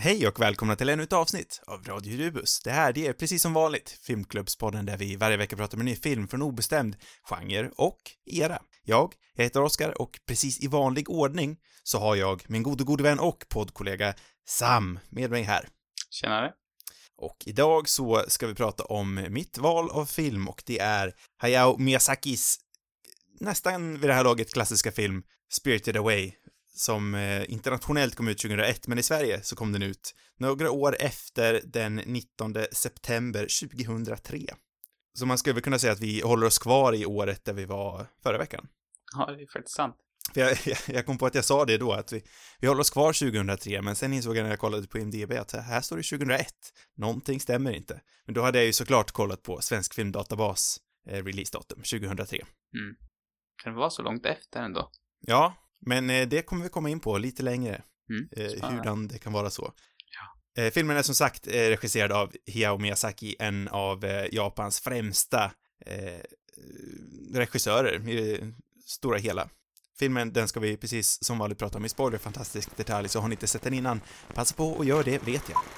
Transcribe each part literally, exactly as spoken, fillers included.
Hej och välkomna till ännu ett avsnitt av Radio Rubus. Det här det är precis som vanligt Filmklubbspodden där vi varje vecka pratar med ny film från obestämd genre och era. Jag, jag heter Oskar och precis i vanlig ordning så har jag min gode gode vän och poddkollega Sam med mig här. Tjenare. Och idag så ska vi prata om mitt val av film och det är Hayao Miyazakis nästan vid det här laget klassiska film Spirited Away som eh, internationellt kom ut tjugohundraett, men i Sverige så kom den ut några år efter den nittonde september tjugohundratre. Så man skulle väl kunna säga att vi håller oss kvar i året där vi var förra veckan. Ja, det är faktiskt sant. För jag, jag, jag kom på att jag sa det då, att vi, vi håller oss kvar tjugohundratre, men sen insåg jag när jag kollade på I M D B att här står det tjugohundraett. Någonting stämmer inte. Men då hade jag ju såklart kollat på Svensk Filmdatabas eh, releasedatum tjugohundratre. Mm. Kan det vara så långt efter ändå? Ja, men eh, det kommer vi komma in på lite längre. Mm. Eh, hurdan det kan vara så. Ja. Eh, filmen är som sagt eh, regisserad av Hayao Miyazaki, en av eh, Japans främsta eh, regissörer i det stora hela. Filmen, den ska vi precis som vanligt prata om i spoiler, fantastisk detalj, så har ni inte sett den innan, passa på och gör det, vet jag.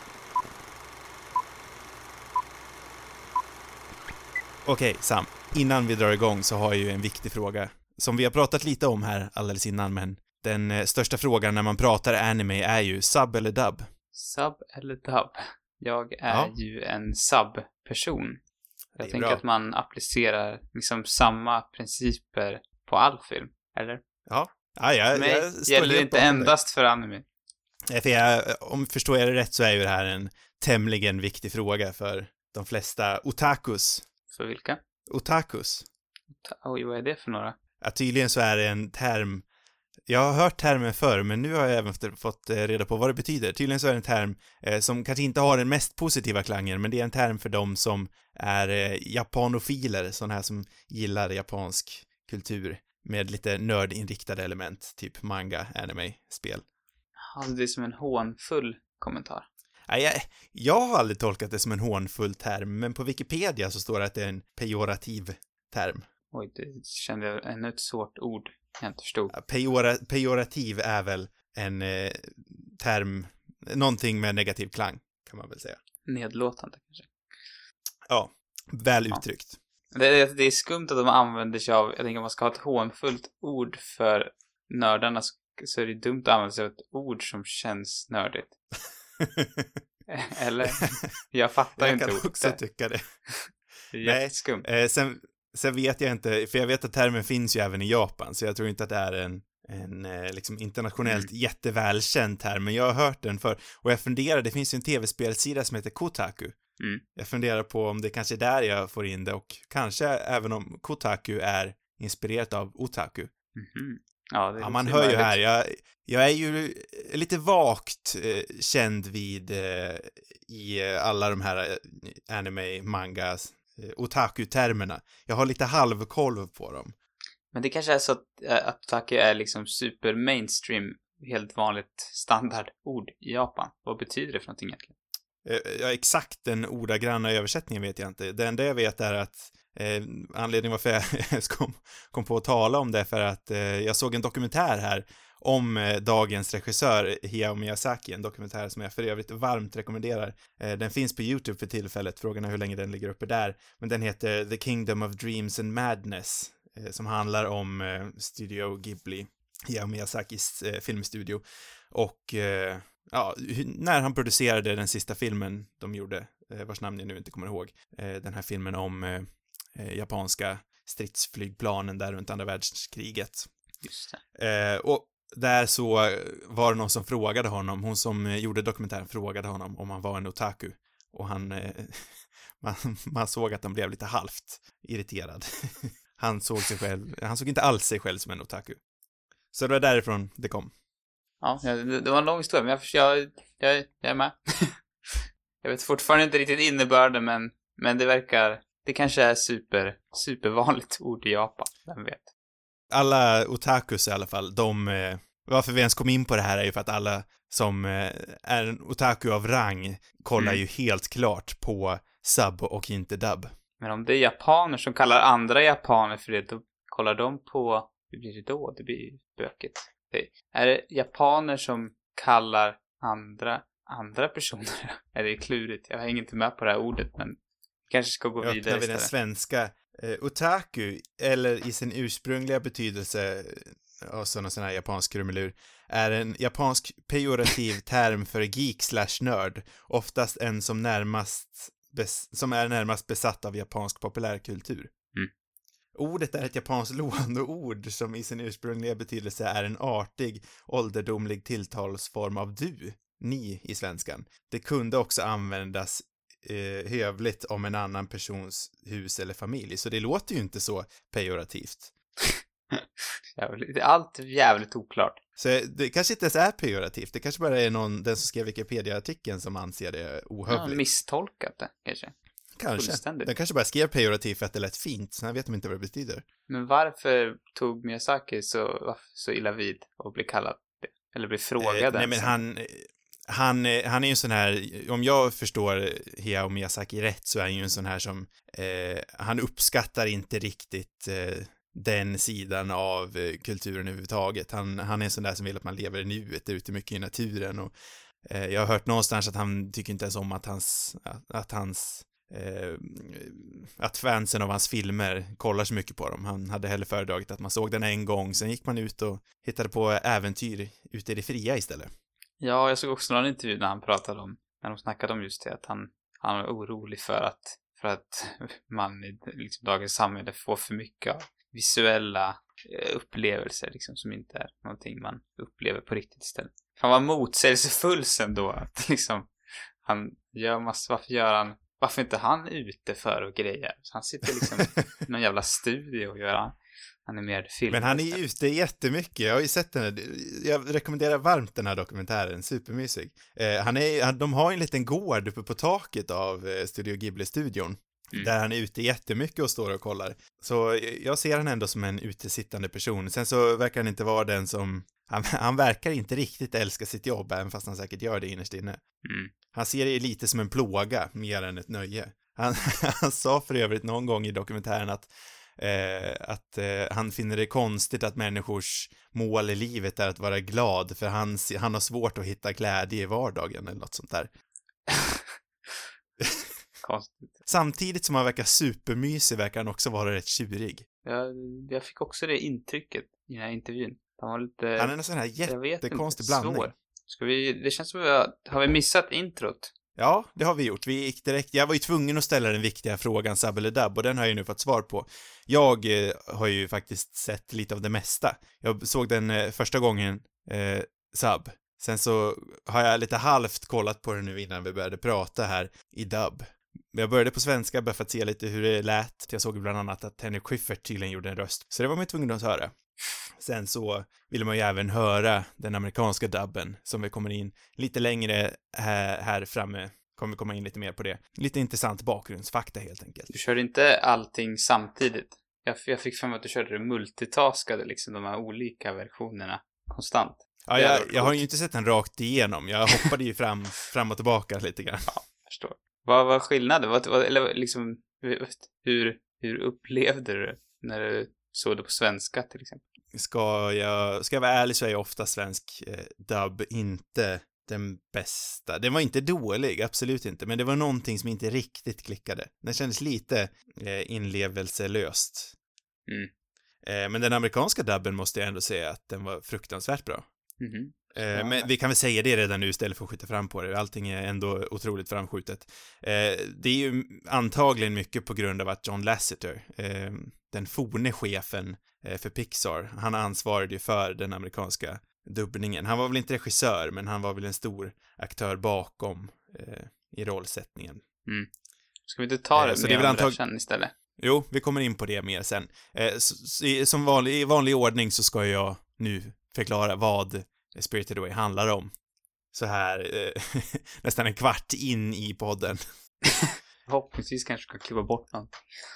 Okej, Sam, innan vi drar igång så har jag ju en viktig fråga som vi har pratat lite om här alldeles innan, men den eh, största frågan när man pratar anime är ju sub eller dub. Sub eller dub? Jag är Ja. ju en sub-person. Jag är tänker bra. att man applicerar liksom samma principer på all film, eller? Ja, ja jag, För mig jag står gäller det helt inte bakom dig. endast för anime. Nej, för jag, om förstår jag det rätt så är ju det här en tämligen viktig fråga för de flesta otakus. För vilka? Otakus. Oj, vad är det för några? Ja, tydligen så är det en term. Jag har hört termen förr, men nu har jag även fått reda på vad det betyder. Tydligen så är det en term eh, som kanske inte har den mest positiva klangen, men det är en term för dem som är eh, japanofiler, sådana här som gillar japansk kultur med lite nördinriktade element, typ manga, anime, spel. Ja, det är som en hånfull kommentar. Nej, jag, jag har aldrig tolkat det som en hånfull term, men på Wikipedia så står det att det är en pejorativ term. Oj, det kände jag ännu ett svårt ord jag inte förstod. Ja, pejora, pejorativ är väl en eh, term, någonting med negativ klang, kan man väl säga. Nedlåtande kanske. Ja, väl Ja. uttryckt. Det är, det är skumt att de använder sig av, jag tänker om man ska ha ett hånfullt ord för nördarna så, så är det dumt att använda sig av ett ord som känns nördigt. Eller? Jag fattar jag inte kan ordet. också tycka det. Det är Nej. jätteskumt. Eh, sen, sen vet jag inte, för jag vet att termen finns ju även i Japan, så jag tror inte att det är en, en eh, liksom internationellt Mm. jättevälkänd term, men jag har hört den för, och jag funderar, det finns ju en tv-spelsida som heter Kotaku. Mm. Jag funderar på om det kanske är där jag får in det, och kanske även om Kotaku är inspirerat av Otaku. Mhm. Ja, det Ja, är man lite hör ju möjligt. här, jag, jag är ju lite vagt eh, känd vid eh, i eh, alla de här eh, anime, mangas, eh, otaku-termerna. Jag har lite halvkoll på dem. Men det kanske är så att, äh, att otaku är liksom super mainstream, helt vanligt standardord i Japan. Vad betyder det för någonting egentligen? Eh, ja, exakt den ordagranna översättningen vet jag inte. Det enda jag vet är att eh, anledningen varför jag kom, kom på att tala om det är för att eh, jag såg en dokumentär här om eh, dagens regissör Hayao Miyazaki, en dokumentär som jag för övrigt varmt rekommenderar. Eh, den finns på YouTube för tillfället, frågan är hur länge den ligger uppe där. Men den heter The Kingdom of Dreams and Madness, eh, som handlar om eh, Studio Ghibli, Hayao Miyazakis eh, filmstudio. Och eh, ja, när han producerade den sista filmen de gjorde, eh, vars namn jag nu inte kommer ihåg, eh, den här filmen om eh, eh, japanska stridsflygplanen där runt andra världskriget. Just det. Eh, och där så var det någon som frågade honom, hon som eh, gjorde dokumentären frågade honom om han var en otaku. Och han, eh, man, man såg att han blev lite halvt irriterad. Han såg sig själv, han såg inte alls sig själv som en otaku. Så det var därifrån det kom. Ja, det, det var en lång historia, men jag, jag, jag, jag är med. Jag vet fortfarande inte riktigt innebörden, men, men det verkar, det kanske är super, supervanligt ord i Japan, vem vet. Alla otakus i alla fall, de, eh, varför vi ens kom in på det här är ju för att alla som eh, är en otaku av rang kollar Mm. ju helt klart på sub och inte dub. Men om det är japaner som kallar andra japaner för det, då kollar de på, hur blir det då? Det blir bökigt. Det, är det japaner som kallar andra andra personer? Är det klurigt? Jag hänger inte med på det här ordet, men kanske ska gå Jag vidare öppnar vi den istället. svenska. Eh, otaku, eller i sin ursprungliga betydelse, och sådana sådana här japansk krumelur, är en japansk pejorativ term för geek slash nörd, oftast en som närmast bes- som är närmast besatt av japansk populärkultur. Mm. Ordet är ett japanskt låneord som i sin ursprungliga betydelse är en artig, ålderdomlig tilltalsform av du, ni i svenskan. Det kunde också användas eh, hövligt om en annan persons hus eller familj, så det låter ju inte så pejorativt. Jävligt, allt är jävligt oklart. Så det kanske inte ens är pejorativt, det kanske bara är någon, den som skrev Wikipedia-artikeln som anser det ohövligt. Ja, misstolkat det, kanske. Kanske. Fullständigt. Den kanske bara skrev pejorativt för att det lät fint, så jag vet de inte vad det betyder. Men varför tog Miyazaki så, så illa vid och blev kallad det? Eller blev frågad Eh, nej, ens? men han, han, han är ju en sån här, om jag förstår Hayao Miyazaki rätt, så är han ju en sån här som, eh, han uppskattar inte riktigt eh, den sidan av eh, kulturen överhuvudtaget. Han, han är en sån där som vill att man lever i nuet, är ute mycket i naturen, och eh, jag har hört någonstans att han tycker inte ens om att hans, att, att hans Eh, att fansen av hans filmer kollar så mycket på dem. Han hade hellre föredragit att man såg den en gång, sen gick man ut och hittade på äventyr ute i det fria istället. Ja, jag såg också någon intervju när han pratade om, när de snackade om just det, att han, han var orolig för att, för att man i liksom, dagens samhälle får för mycket av visuella eh, upplevelser liksom, som inte är någonting man upplever på riktigt istället. Han var motsägelsefull sen då, att liksom, han gör massor, varför gör han Varför inte han ute för och grejer? Så han sitter liksom i någon jävla studio och gör animerade filmer. Men han är ju ute jättemycket. Jag har ju sett den här, jag rekommenderar varmt den här dokumentären, supermysig. Eh, han är, han, de har en liten gård uppe på taket av eh, Studio Ghibli-studion. Mm. Där han är ute jättemycket och står och kollar. Så jag ser han ändå som en utesittande person. Sen så verkar han inte vara den som, han, han verkar inte riktigt älska sitt jobb, även fast han säkert gör det innerst inne. Mm. Han ser det lite som en plåga, mer än ett nöje. Han, han sa för övrigt någon gång i dokumentären att, eh, att eh, han finner det konstigt att människors mål i livet är att vara glad, för han, han har svårt att hitta glädje i vardagen eller något sånt där. Konstigt. Samtidigt som han verkar supermysig verkar han också vara rätt tjurig. Jag, jag fick också det intrycket i den här intervjun. Han var lite... Han är en sån här jättekonstig blandning. Svår. Ska vi... Det känns som att vi har, har vi missat introt? Ja, det har vi gjort. Vi gick direkt... Jag var ju tvungen att ställa den viktiga frågan Sub eller Dub, och den har jag ju nu fått svar på. Jag eh, har ju faktiskt sett lite av det mesta. Jag såg den eh, första gången eh, Sub. Sen så har jag lite halvt kollat på den nu innan vi började prata här i Dub. Jag började på svenska bara för att se lite hur det lät. Jag såg bland annat att Henry Schyffert tydligen gjorde en röst. Så det var man tvungen att höra. Sen så ville man ju även höra den amerikanska dubben som vi kommer in lite längre här, här framme. Kommer vi komma in lite mer på det. Lite intressant bakgrundsfakta helt enkelt. Du körde inte allting samtidigt. Jag, jag fick fram att du körde det multitaskade, liksom de här olika versionerna konstant. Ja, jag, jag har ju inte sett den rakt igenom. Jag hoppade ju fram, fram och tillbaka lite grann. Ja, jag förstår. Vad var skillnaden? Vad, vad, eller liksom, hur, hur upplevde du det när du såg det på svenska till exempel? Ska jag, ska jag vara ärlig så är jag ofta svensk eh, dub inte den bästa. Den var inte dålig, absolut inte. Men det var någonting som inte riktigt klickade. Den kändes lite eh, inlevelselöst. Mm. Eh, men den amerikanska dubben måste jag ändå säga att den var fruktansvärt bra. Mm-hmm. Eh, ja, men vi kan väl säga det redan nu istället för att skjuta fram på det. Allting är ändå otroligt framskjutet. Eh, det är ju antagligen mycket på grund av att John Lasseter, eh, den forne chefen eh, för Pixar, han ansvarade ju för den amerikanska dubbningen. Han var väl inte regissör, men han var väl en stor aktör bakom eh, i rollsättningen. Mm. Ska vi inte ta det eh, så mer det om antag... det sen istället? Jo, vi kommer in på det mer sen. Eh, så, så, som vanlig, i vanlig ordning så ska jag nu förklara vad Spirited Away handlar om. Så här eh, nästan en kvart in i podden. Förhoppningsvis kanske ska klippa bort något.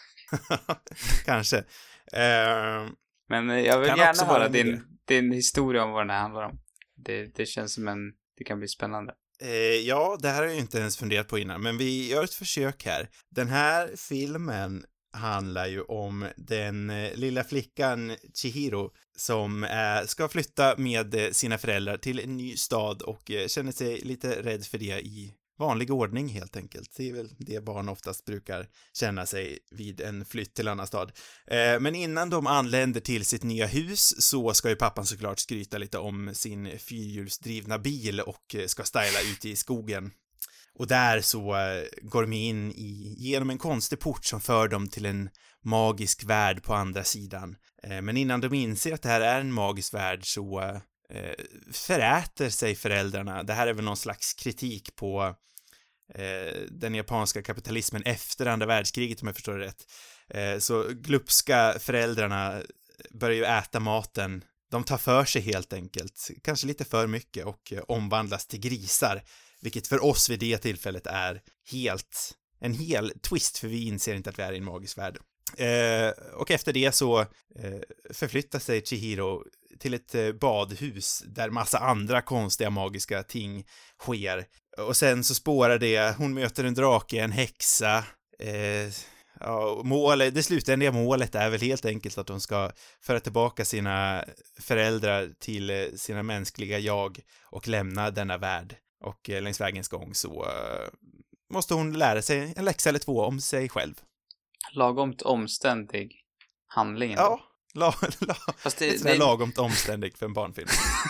Kanske. Eh, Men jag vill kan gärna höra din, din, din historia om vad den här handlar om. Det, det känns som en... Det kan bli spännande. eh, ja, det här har jag ju inte ens funderat på innan, men vi gör ett försök här. Den här filmen handlar ju om den eh, lilla flickan Chihiro som eh, ska flytta med eh, sina föräldrar till en ny stad och eh, känner sig lite rädd för det i vanlig ordning helt enkelt. Det är väl det barn oftast brukar känna sig vid en flytt till en annan stad. Eh, men innan de anländer till sitt nya hus så ska ju pappan såklart skryta lite om sin fyrhjulsdrivna bil och eh, ska styla ute i skogen. Och där så eh, går de in i, genom en konstig port som för dem till en magisk värld på andra sidan. Eh, men innan de inser att det här är en magisk värld så eh, föräter sig föräldrarna. Det här är väl någon slags kritik på eh, den japanska kapitalismen efter andra världskriget om jag förstår det rätt. Eh, så glupska föräldrarna börjar ju äta maten. De tar för sig helt enkelt, kanske lite för mycket och eh, omvandlas till grisar. Vilket för oss vid det tillfället är helt, en hel twist för vi inser inte att vi är i en magisk värld. Eh, och efter det så eh, förflyttar sig Chihiro till ett eh, badhus där massa andra konstiga magiska ting sker. Och sen så spårar det, hon möter en drake, en häxa. Eh, ja, målet, det slutändiga målet är väl helt enkelt att de ska föra tillbaka sina föräldrar till eh, sina mänskliga jag och lämna denna värld. Och eh, längs vägens gång så eh, måste hon lära sig en läxa eller två om sig själv. Lagomt omständig handlingen. Ja, la, la, Fast det, det är lagomt omständig för en barnfilm.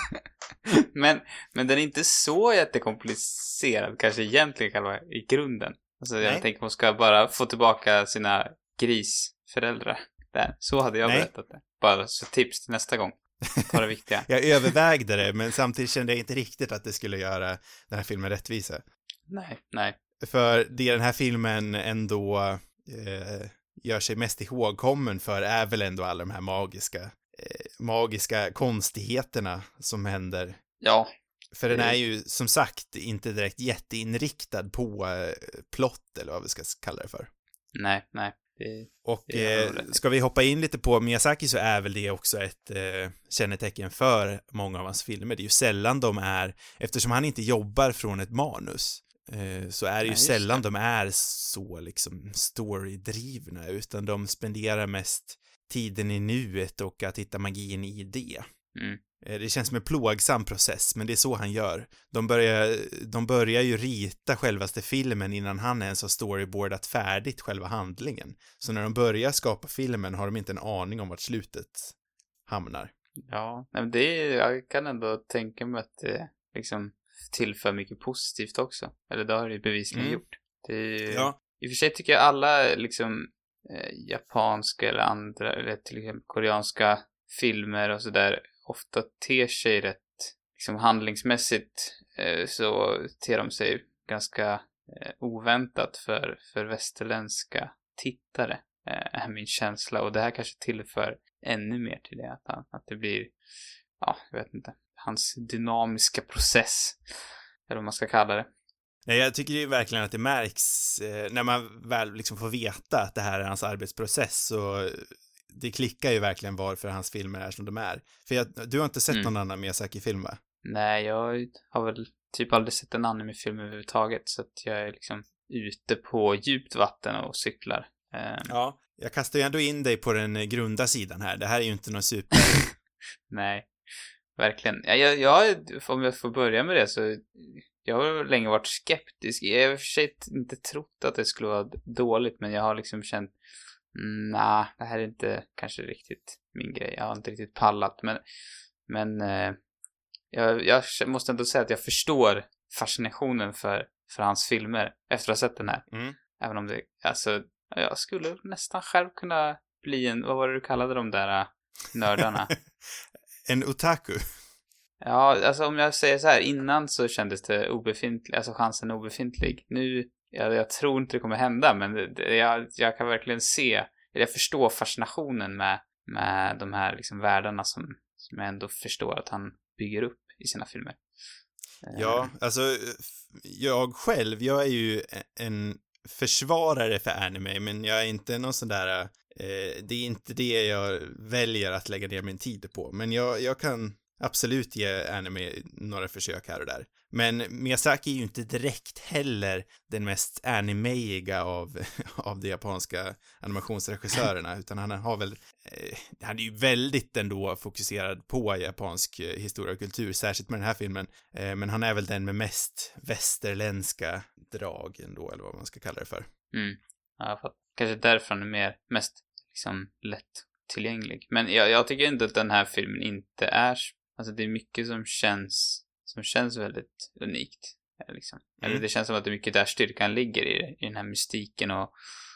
men, men den är inte så jättekomplicerad kanske egentligen själva i grunden. Alltså jag Nej. tänker hon ska bara få tillbaka sina grisföräldrar. Där. Så hade jag Nej. berättat det. Bara så tips till nästa gång. Ta det viktiga. Jag övervägde det, men samtidigt kände jag inte riktigt att det skulle göra den här filmen rättvisa. Nej, nej. För det den här filmen ändå eh, gör sig mest ihågkommen för är väl ändå alla de här magiska eh, magiska konstigheterna som händer. Ja. För den är ju som sagt inte direkt jätteinriktad på eh, plott eller vad vi ska kalla det för. Nej, nej. Det, och det är eh, ska vi hoppa in lite på Miyazaki så är väl det också ett eh, kännetecken för många av hans filmer. Det är ju sällan de är, eftersom han inte jobbar från ett manus eh, så är det ju Nej, sällan det. de är så liksom storydrivna utan de spenderar mest tiden i nuet och att hitta magin i det. Mm. Det känns som en plågsam process, men det är så han gör. De börjar, de börjar ju rita självaste filmen innan han ens har storyboardat färdigt själva handlingen. Så när de börjar skapa filmen har de inte en aning om vart slutet hamnar. Ja, men det är, jag kan ändå tänka mig att det liksom tillför mycket positivt också. Eller det har det ju bevisligen Mm. gjort. Det är, Ja. I och för sig tycker jag alla liksom eh, japanska eller andra, eller till exempel koreanska filmer och sådär ofta ter sig rätt liksom handlingsmässigt eh, så ter de sig ganska eh, oväntat för, för västerländska tittare eh, är min känsla och det här kanske tillför ännu mer till det att, han, att det blir ja, jag vet inte hans dynamiska process eller vad man ska kalla det. Nej, jag tycker ju verkligen att det märks eh, när man väl liksom får veta att det här är hans arbetsprocess så det klickar ju verkligen varför hans filmer är som de är. För jag, du har inte sett Mm. någon annan Miyazaki-film, va? Nej, jag har väl typ aldrig sett en animefilm överhuvudtaget så att jag är liksom ute på djupt vatten och cyklar. Um, Ja, jag kastar ju ändå in dig på den grunda sidan här. Det här är ju inte någon super... Nej, verkligen. Ja, jag, jag, om jag får börja med det så jag har länge varit skeptisk. Jag har i och för sig inte trott att det skulle vara dåligt men jag har liksom känt mm, nej, det här är inte kanske riktigt min grej. Jag har inte riktigt pallat men, men eh, jag, jag måste ändå säga att jag förstår fascinationen för, för hans filmer efter att ha sett den här. Mm. Även om det, alltså, jag skulle nästan själv kunna bli en, vad var det du kallade de där uh, nördarna? En otaku. Ja, alltså om jag säger så här, innan så kändes det obefintligt, alltså chansen är obefintlig. Nu, jag, jag tror inte det kommer hända, men det, det, jag, jag kan verkligen se, eller jag förstår fascinationen med, med de här liksom världarna som, som jag ändå förstår att han bygger upp i sina filmer. Ja, alltså jag själv, jag är ju en försvarare för anime, men jag är inte någon sån där, eh, det är inte det jag väljer att lägga ner min tid på, men jag, jag kan absolut ge anime några försök här och där. Men Miyazaki är ju inte direkt heller den mest animeiga av, av de japanska animationsregissörerna, utan han har väl, eh, han är ju väldigt ändå fokuserad på japansk eh, historia och kultur, särskilt med den här filmen, eh, men han är väl den med mest västerländska drag ändå, eller vad man ska kalla det för. Mm. Ja, för att, kanske därför han är mer, mest liksom lätt tillgänglig. Men jag, jag tycker inte att den här filmen inte är, alltså det är mycket som känns som känns väldigt unikt liksom. Mm. Eller det känns som att det är mycket där styrkan ligger i, i den här mystiken och,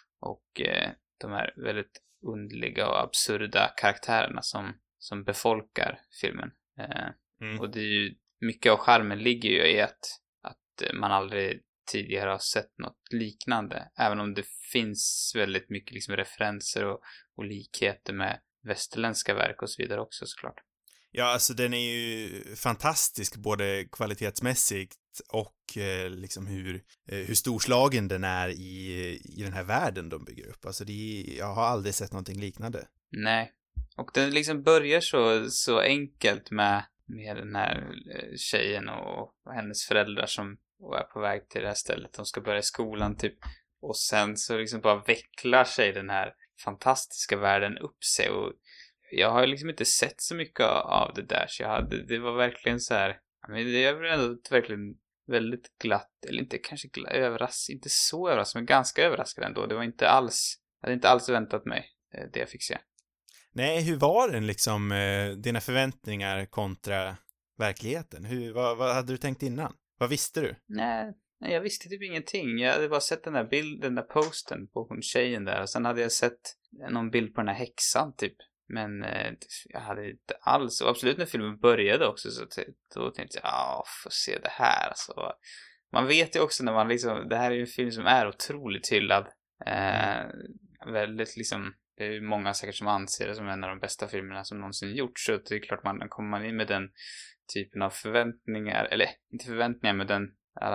och eh, de här väldigt underliga och absurda karaktärerna som, som befolkar filmen. Eh, mm. Och det är ju, mycket av charmen ligger ju i att, att man aldrig tidigare har sett något liknande, även om det finns väldigt mycket liksom referenser och, och likheter med västerländska verk och så vidare också såklart. Ja, alltså den är ju fantastisk både kvalitetsmässigt och eh, liksom hur, eh, hur storslagen den är i, i den här världen de bygger upp. Alltså det är, jag har aldrig sett någonting liknande. Nej, och den liksom börjar så, så enkelt med, med den här tjejen och, och hennes föräldrar som är på väg till det här stället. De ska börja skolan typ. Och sen så liksom bara vecklar sig den här fantastiska världen upp sig. Och jag har liksom inte sett så mycket av det där. Så jag hade, det var verkligen så här. Men det var ändå verkligen väldigt glatt. Eller inte kanske glatt, överraskad. Inte så överraskad, men ganska överraskad ändå. Det var inte alls, jag hade inte alls väntat mig det jag fick se. Nej, hur var den liksom, dina förväntningar kontra verkligheten? Hur, vad, vad hade du tänkt innan? Vad visste du? Nej, nej, jag visste typ ingenting. Jag hade bara sett den där bilden, den där posten på hon tjejen där. Och sen hade jag sett någon bild på den här häxan typ. Men eh, jag hade inte alls. Och absolut när filmen började också så t- då tänkte jag, ja, får se det här. Alltså, man vet ju också när man liksom, det här är ju en film som är otroligt hyllad. Eh, väldigt liksom, det är ju många säkert som anser det som en av de bästa filmerna som någonsin gjorts. Så det är klart man kommer man in med den typen av förväntningar, eller inte förväntningar men den,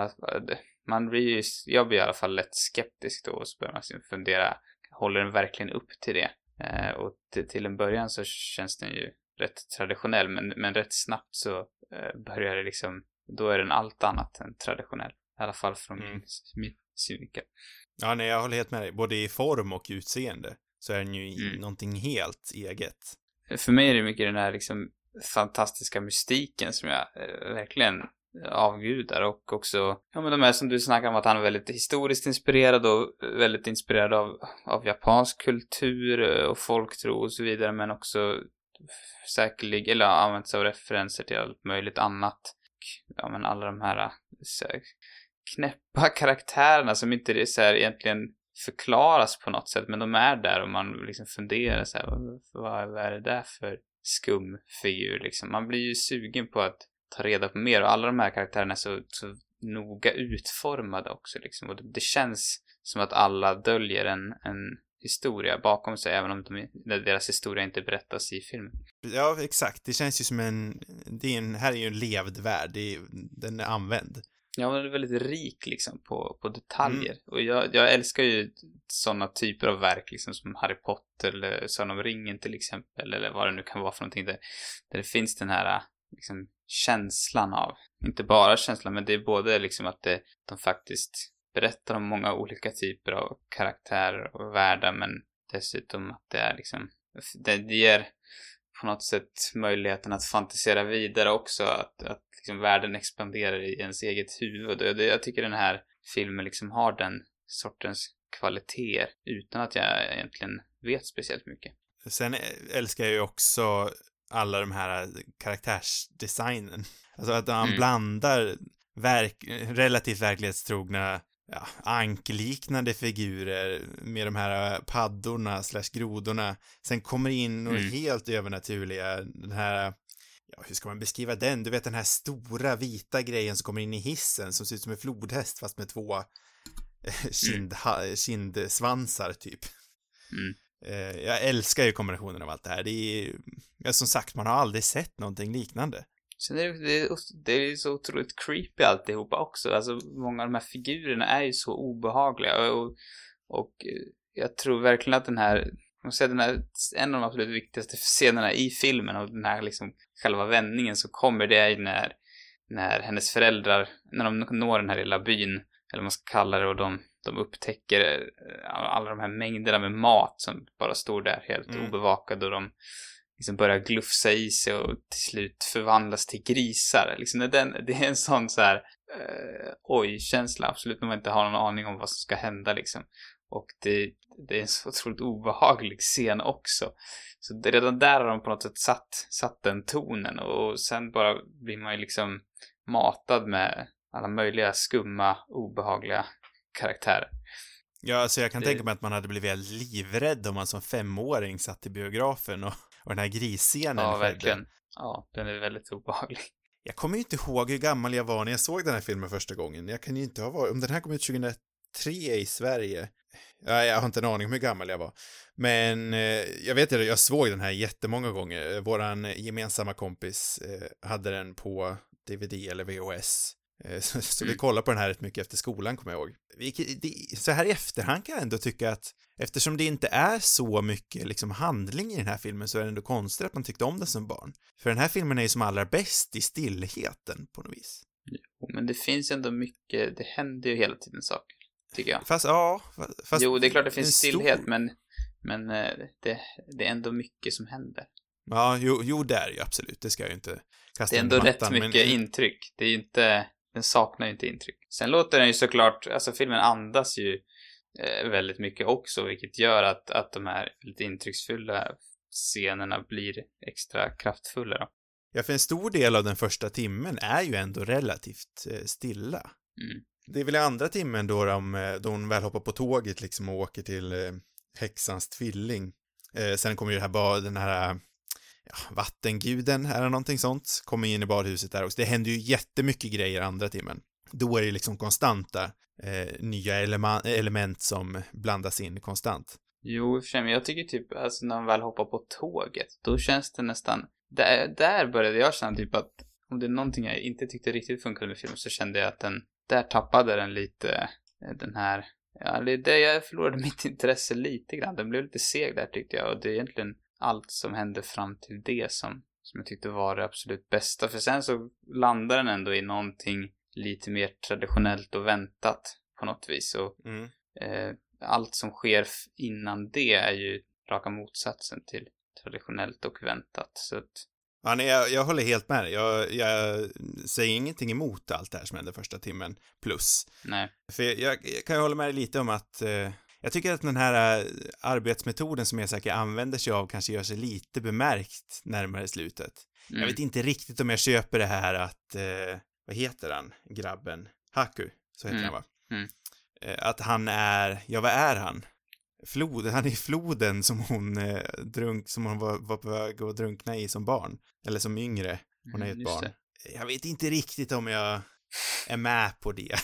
man blir ju, jag blir i alla fall lätt skeptisk då och så börjar man fundera, håller den verkligen upp till det? Eh, och till, till en början så känns den ju rätt traditionell, men, men rätt snabbt så eh, börjar det liksom, då är den allt annat än traditionell, i alla fall från mm. min, min synvinkel. Ja, nej, jag håller helt med dig, både i form och utseende så är den ju mm. någonting helt eget. För mig är det mycket den här liksom fantastiska mystiken som jag eh, verkligen avgudar, och också ja, men de här som du snackar om att han är väldigt historiskt inspirerad och väldigt inspirerad av, av japansk kultur och folktro och så vidare, men också säkerligen eller använt sig av referenser till allt möjligt annat. Ja, men alla de här så här, knäppa karaktärerna som inte är så här, egentligen förklaras på något sätt, men de är där och man liksom funderar så här, vad, vad är det där för skumfigur liksom. Man blir ju sugen på att ta reda på mer, och alla de här karaktärerna är så, så noga utformade också liksom. Och det, det känns som att alla döljer en, en historia bakom sig, även om de, deras historia inte berättas i filmen. Ja, exakt. Det känns ju som en, det är en här är ju en levd värld, det är, den är använd. Ja, men det är väldigt rik liksom på, på detaljer. Mm. Och jag, jag älskar ju sådana typer av verk liksom som Harry Potter eller Sagan om ringen till exempel, eller vad det nu kan vara för någonting där, där det finns den här liksom känslan av, inte bara känslan, men det är både liksom att det, de faktiskt berättar om många olika typer av karaktärer och världar, men dessutom att det är liksom, det ger på något sätt möjligheten att fantisera vidare också, att, att liksom världen expanderar i ens eget huvud. Och det, jag tycker den här filmen liksom har den sortens kvaliteter utan att jag egentligen vet speciellt mycket. Sen älskar jag ju också alla de här karaktärsdesignen. Alltså att han mm. blandar verk, relativt verklighetstrogna ja, ankliknande figurer med de här paddorna slash grodorna. Sen kommer in några mm. helt övernaturliga, den här, ja, hur ska man beskriva den? Du vet den här stora vita grejen som kommer in i hissen som ser ut som en flodhäst fast med två kind, mm. ha, kindsvansar typ. Mm. Jag älskar ju kombinationen av allt det här. Det är ja, som sagt, man har aldrig sett någonting liknande. Sen är det, det, det är så otroligt creepy alltihopa också. Alltså många av de här figurerna är ju så obehagliga. Och, och jag tror verkligen att den här måste säga den här, en av de absolut viktigaste scenerna i filmen och den här liksom själva vändningen så kommer det ju när, när hennes föräldrar, när de når den här lilla byn, eller vad man ska kalla det, och de, de upptäcker alla de här mängderna med mat som bara står där helt mm. obevakade och de liksom börjar glufsa i sig och till slut förvandlas till grisar. Liksom den, det är en sån så här uh, oj-känsla, absolut, när man inte har någon aning om vad som ska hända liksom. Och det, det är en så otroligt obehaglig scen också. Så det, redan där har de på något sätt satt, satt den tonen. Och sen bara blir man ju liksom matad med alla möjliga skumma, obehagliga karaktärer. Ja, alltså jag kan det... tänka mig att man hade blivit livrädd om man som femåring satt i biografen och, och den här grisscenen. Ja, verkligen. Ja, den är väldigt obehaglig. Jag kommer ju inte ihåg hur gammal jag var när jag såg den här filmen första gången. Jag kan ju inte ha varit... Om den här kom ut tjugohundratre i Sverige... Ja, jag har inte en aning om hur gammal jag var. Men eh, jag vet inte, jag såg den här jättemånga gånger. Våran gemensamma kompis eh, hade den på D V D eller V H S. Eh, så så mm. vi kollade på den här rätt mycket efter skolan, kommer jag ihåg. Vi, det, så här i efterhand kan jag ändå tycka att eftersom det inte är så mycket liksom, handling i den här filmen så är det ändå konstigt att man tyckte om den som barn. För den här filmen är ju som allra bäst i stillheten på något vis. Jo, men det finns ändå mycket, det händer ju hela tiden saker. Tycker jag. Fast, ja. Fast jo, det är klart det finns stillhet, stor... men, men det, det är ändå mycket som händer. Ja, jo, jo det är ju absolut. Det ska jag ju inte kasta. Det är ändå mattan, rätt mycket men... intryck. Det är ju inte, den saknar ju inte intryck. Sen låter den ju såklart, alltså filmen andas ju eh, väldigt mycket också, vilket gör att, att de här lite intrycksfulla scenerna blir extra kraftfulla då. Ja, för en stor del av den första timmen är ju ändå relativt eh, stilla. Mm. Det är väl i andra timmen då, de, då hon väl hoppar på tåget liksom och åker till eh, häxans tvilling. Eh, sen kommer ju det här bad, den här ja, vattenguden eller någonting sånt, kommer in i badhuset där också. Det händer ju jättemycket grejer andra timmen. Då är det liksom konstanta eh, nya elema- element som blandas in konstant. Jo, för sig, men jag tycker typ, alltså när man väl hoppar på tåget, då känns det nästan, där, där började jag känna typ att om det är någonting jag inte tyckte riktigt funkade med filmen så kände jag att den där tappade den lite, den här, ja, det är det jag förlorade mitt intresse lite grann. Den blev lite seg där tyckte jag, och det är egentligen allt som hände fram till det som, som jag tyckte var det absolut bästa. För sen så landar den ändå i någonting lite mer traditionellt och väntat på något vis. Och mm. eh, allt som sker innan det är ju raka motsatsen till traditionellt och väntat. Så att Ja, nej, jag, jag håller helt med dig. Jag, jag säger ingenting emot allt det här som händer första timmen plus. Nej. För jag, jag kan ju hålla med dig lite om att eh, jag tycker att den här eh, arbetsmetoden som Miyazaki använder sig av kanske gör sig lite bemärkt närmare slutet. Mm. Jag vet inte riktigt om jag köper det här att, eh, vad heter han, grabben? Haku, så heter mm. han va? Mm. Eh, att han är, ja vad är han? Floden, han är i floden som hon eh, drunk, som hon var, var på väg att drunkna i som barn. Eller som yngre. Hon är ju ett mm, barn. Det. Jag vet inte riktigt om jag är med på det.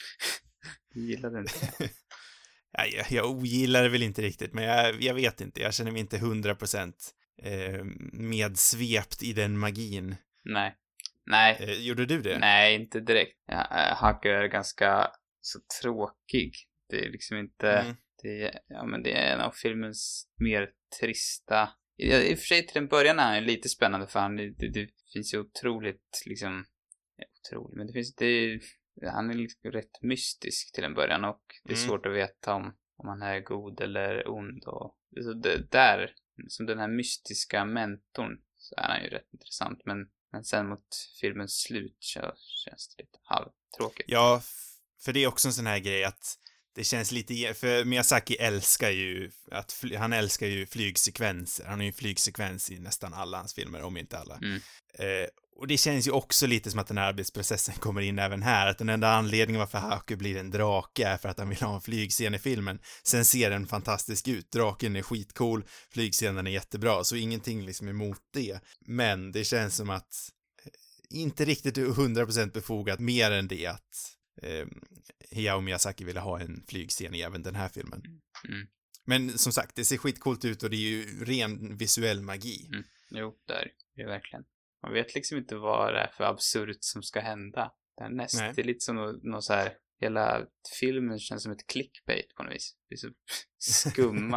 Du gillar det inte? ja, jag, jag ogillar det väl inte riktigt, men jag, jag vet inte. Jag känner mig inte hundra procent eh, medsvept i den magin. Nej. Nej. Eh, gjorde du det? Nej, inte direkt. Ja, äh, Haku är ganska så tråkig. Det är liksom inte... Mm. Det är, ja, men det är en av filmens mer trista... I, i och för sig till en början är han lite spännande för han, det, det finns ju otroligt liksom... Otroligt, men det finns... Det, han är liksom rätt mystisk till en början och det är mm. svårt att veta om, om han är god eller ond. Och, så det, där, som den här mystiska mentorn, så är han ju rätt intressant. Men, men sen mot filmens slut så känns det lite halvtråkigt. Ja, för det är också en sån här grej att det känns lite, för Miyazaki älskar ju att fly, han älskar ju flygsekvenser. Han har ju flygsekvens i nästan alla hans filmer, om inte alla. Mm. Eh, och det känns ju också lite som att den här arbetsprocessen kommer in även här. Att den enda anledningen varför Haku blir en drake är för att han vill ha en flygscen i filmen. Sen ser den fantastisk ut. Draken är skitcool, flygscenen är jättebra, så ingenting liksom emot det. Men det känns som att inte riktigt hundra procent befogat mer än det att Eh, Hayao Miyazaki ville ha en flygscen i även den här filmen. Mm. Men som sagt, det ser skitcoolt ut och det är ju ren visuell magi. Mm. Jo, där är det verkligen. Man vet liksom inte vad det är för absurt som ska hända. Det är nästan lite som något, något så här, hela filmen känns som ett clickbait på något vis. Det är så skumma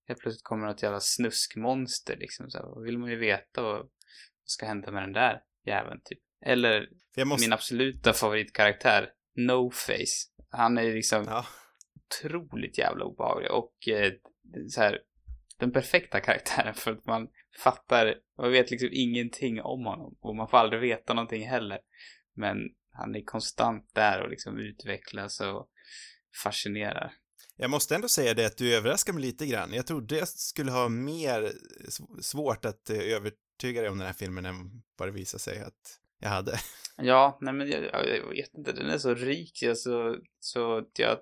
helt plötsligt kommer något jävla snuskmonster liksom. Så här, vad vill man ju veta vad ska hända med den där jäveln typ. Eller måste... min absoluta favoritkaraktär, No Face. Han är liksom ja. otroligt jävla obehaglig och eh, så här, den perfekta karaktären för att man fattar, man vet liksom ingenting om honom och man får aldrig veta någonting heller. Men han är konstant där och liksom utvecklas och fascinerar. Jag måste ändå säga det att du överraskar mig lite grann. Jag trodde jag skulle ha mer svårt att övertyga dig om den här filmen än vad det visade sig att jag hade. Ja, nej men jag, jag vet inte, den är så rik alltså, så att jag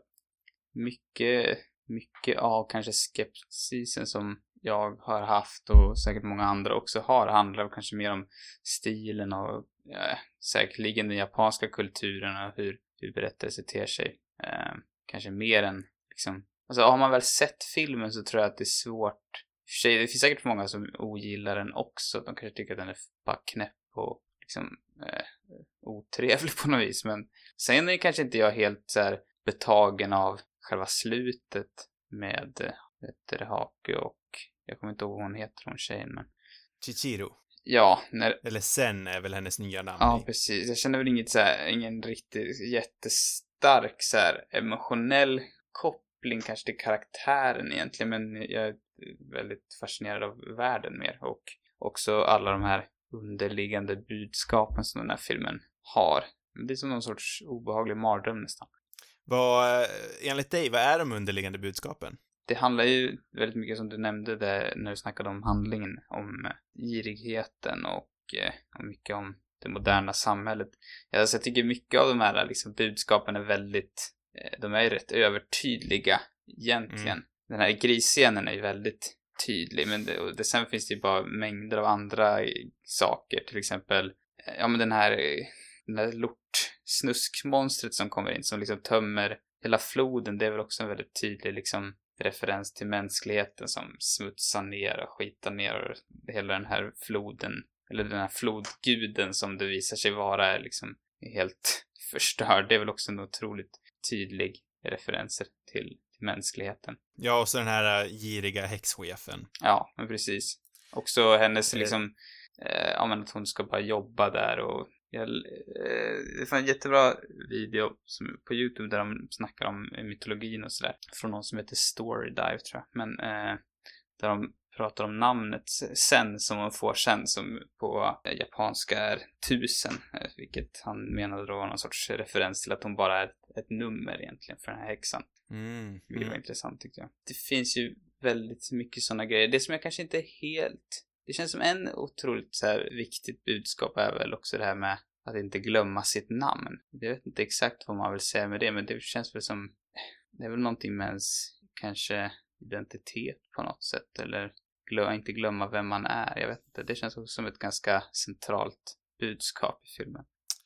mycket, mycket av kanske skepsisen som jag har haft och säkert många andra också har handlar kanske mer om stilen och ja, säkerligen den japanska kulturen och hur, hur berättelser ter sig. Eh, kanske mer än liksom, alltså har man väl sett filmen så tror jag att det är svårt. För sig, det finns säkert många som ogillar den också. De kanske tycker att den är bara knäpp och liksom eh, otrevlig på något vis. Men sen är kanske inte jag helt så här betagen av själva slutet med äh, Hake och jag kommer inte ihåg vad hon heter, hon tjejen, men Chichiro. Ja, när... Eller Sen är väl hennes nya namn. Ja, precis. Jag känner väl inget så här, ingen riktigt jättestark så här emotionell koppling kanske till karaktären egentligen, men jag är väldigt fascinerad av världen mer och också alla de här underliggande budskapen som den här filmen har. Det är som någon sorts obehaglig mardröm nästan. Vad, enligt dig, vad är de underliggande budskapen? Det handlar ju väldigt mycket som du nämnde där, när du snackade om handlingen, om girigheten och eh, mycket om det moderna samhället. Alltså, jag tycker mycket av de här liksom, budskapen är väldigt, eh, de är ju rätt övertydliga egentligen. Mm. Den här grisscenen är ju väldigt tydlig, men det, och det, sen finns det ju bara mängder av andra saker, till exempel eh, ja men den här, den här lort-snuskmonstret som kommer in, som liksom tömmer hela floden, det är väl också en väldigt tydlig liksom referens till mänskligheten som smutsar ner och skitar ner och hela den här floden, eller den här flodguden som det visar sig vara är liksom helt förstörd. Det är väl också en otroligt tydlig referenser till, till mänskligheten. Ja, och så den här uh, giriga häxchefen. Ja, men precis. Också hennes det... liksom, eh, ja men att hon ska bara jobba där och jag, eh, det fanns en jättebra video som, på YouTube där de snackar om mytologin och sådär. Från någon som heter Storydive tror jag. Men eh, där de pratar om namnet Sen som hon får sen som på eh, japanska är tusen. Eh, vilket han menade då var någon sorts referens till att hon bara är ett, ett nummer egentligen för den här häxan. Mm. Det var mm. intressant tyckte jag. Det finns ju väldigt mycket sådana grejer. Det som jag kanske inte är helt... Det känns som en otroligt så här viktigt budskap är väl också det här med att inte glömma sitt namn. Jag vet inte exakt vad man vill säga med det, men det känns väl som, det är väl någonting med ens kanske identitet på något sätt, eller glöm, inte glömma vem man är. Jag vet inte, det känns också som ett ganska centralt budskap i filmen.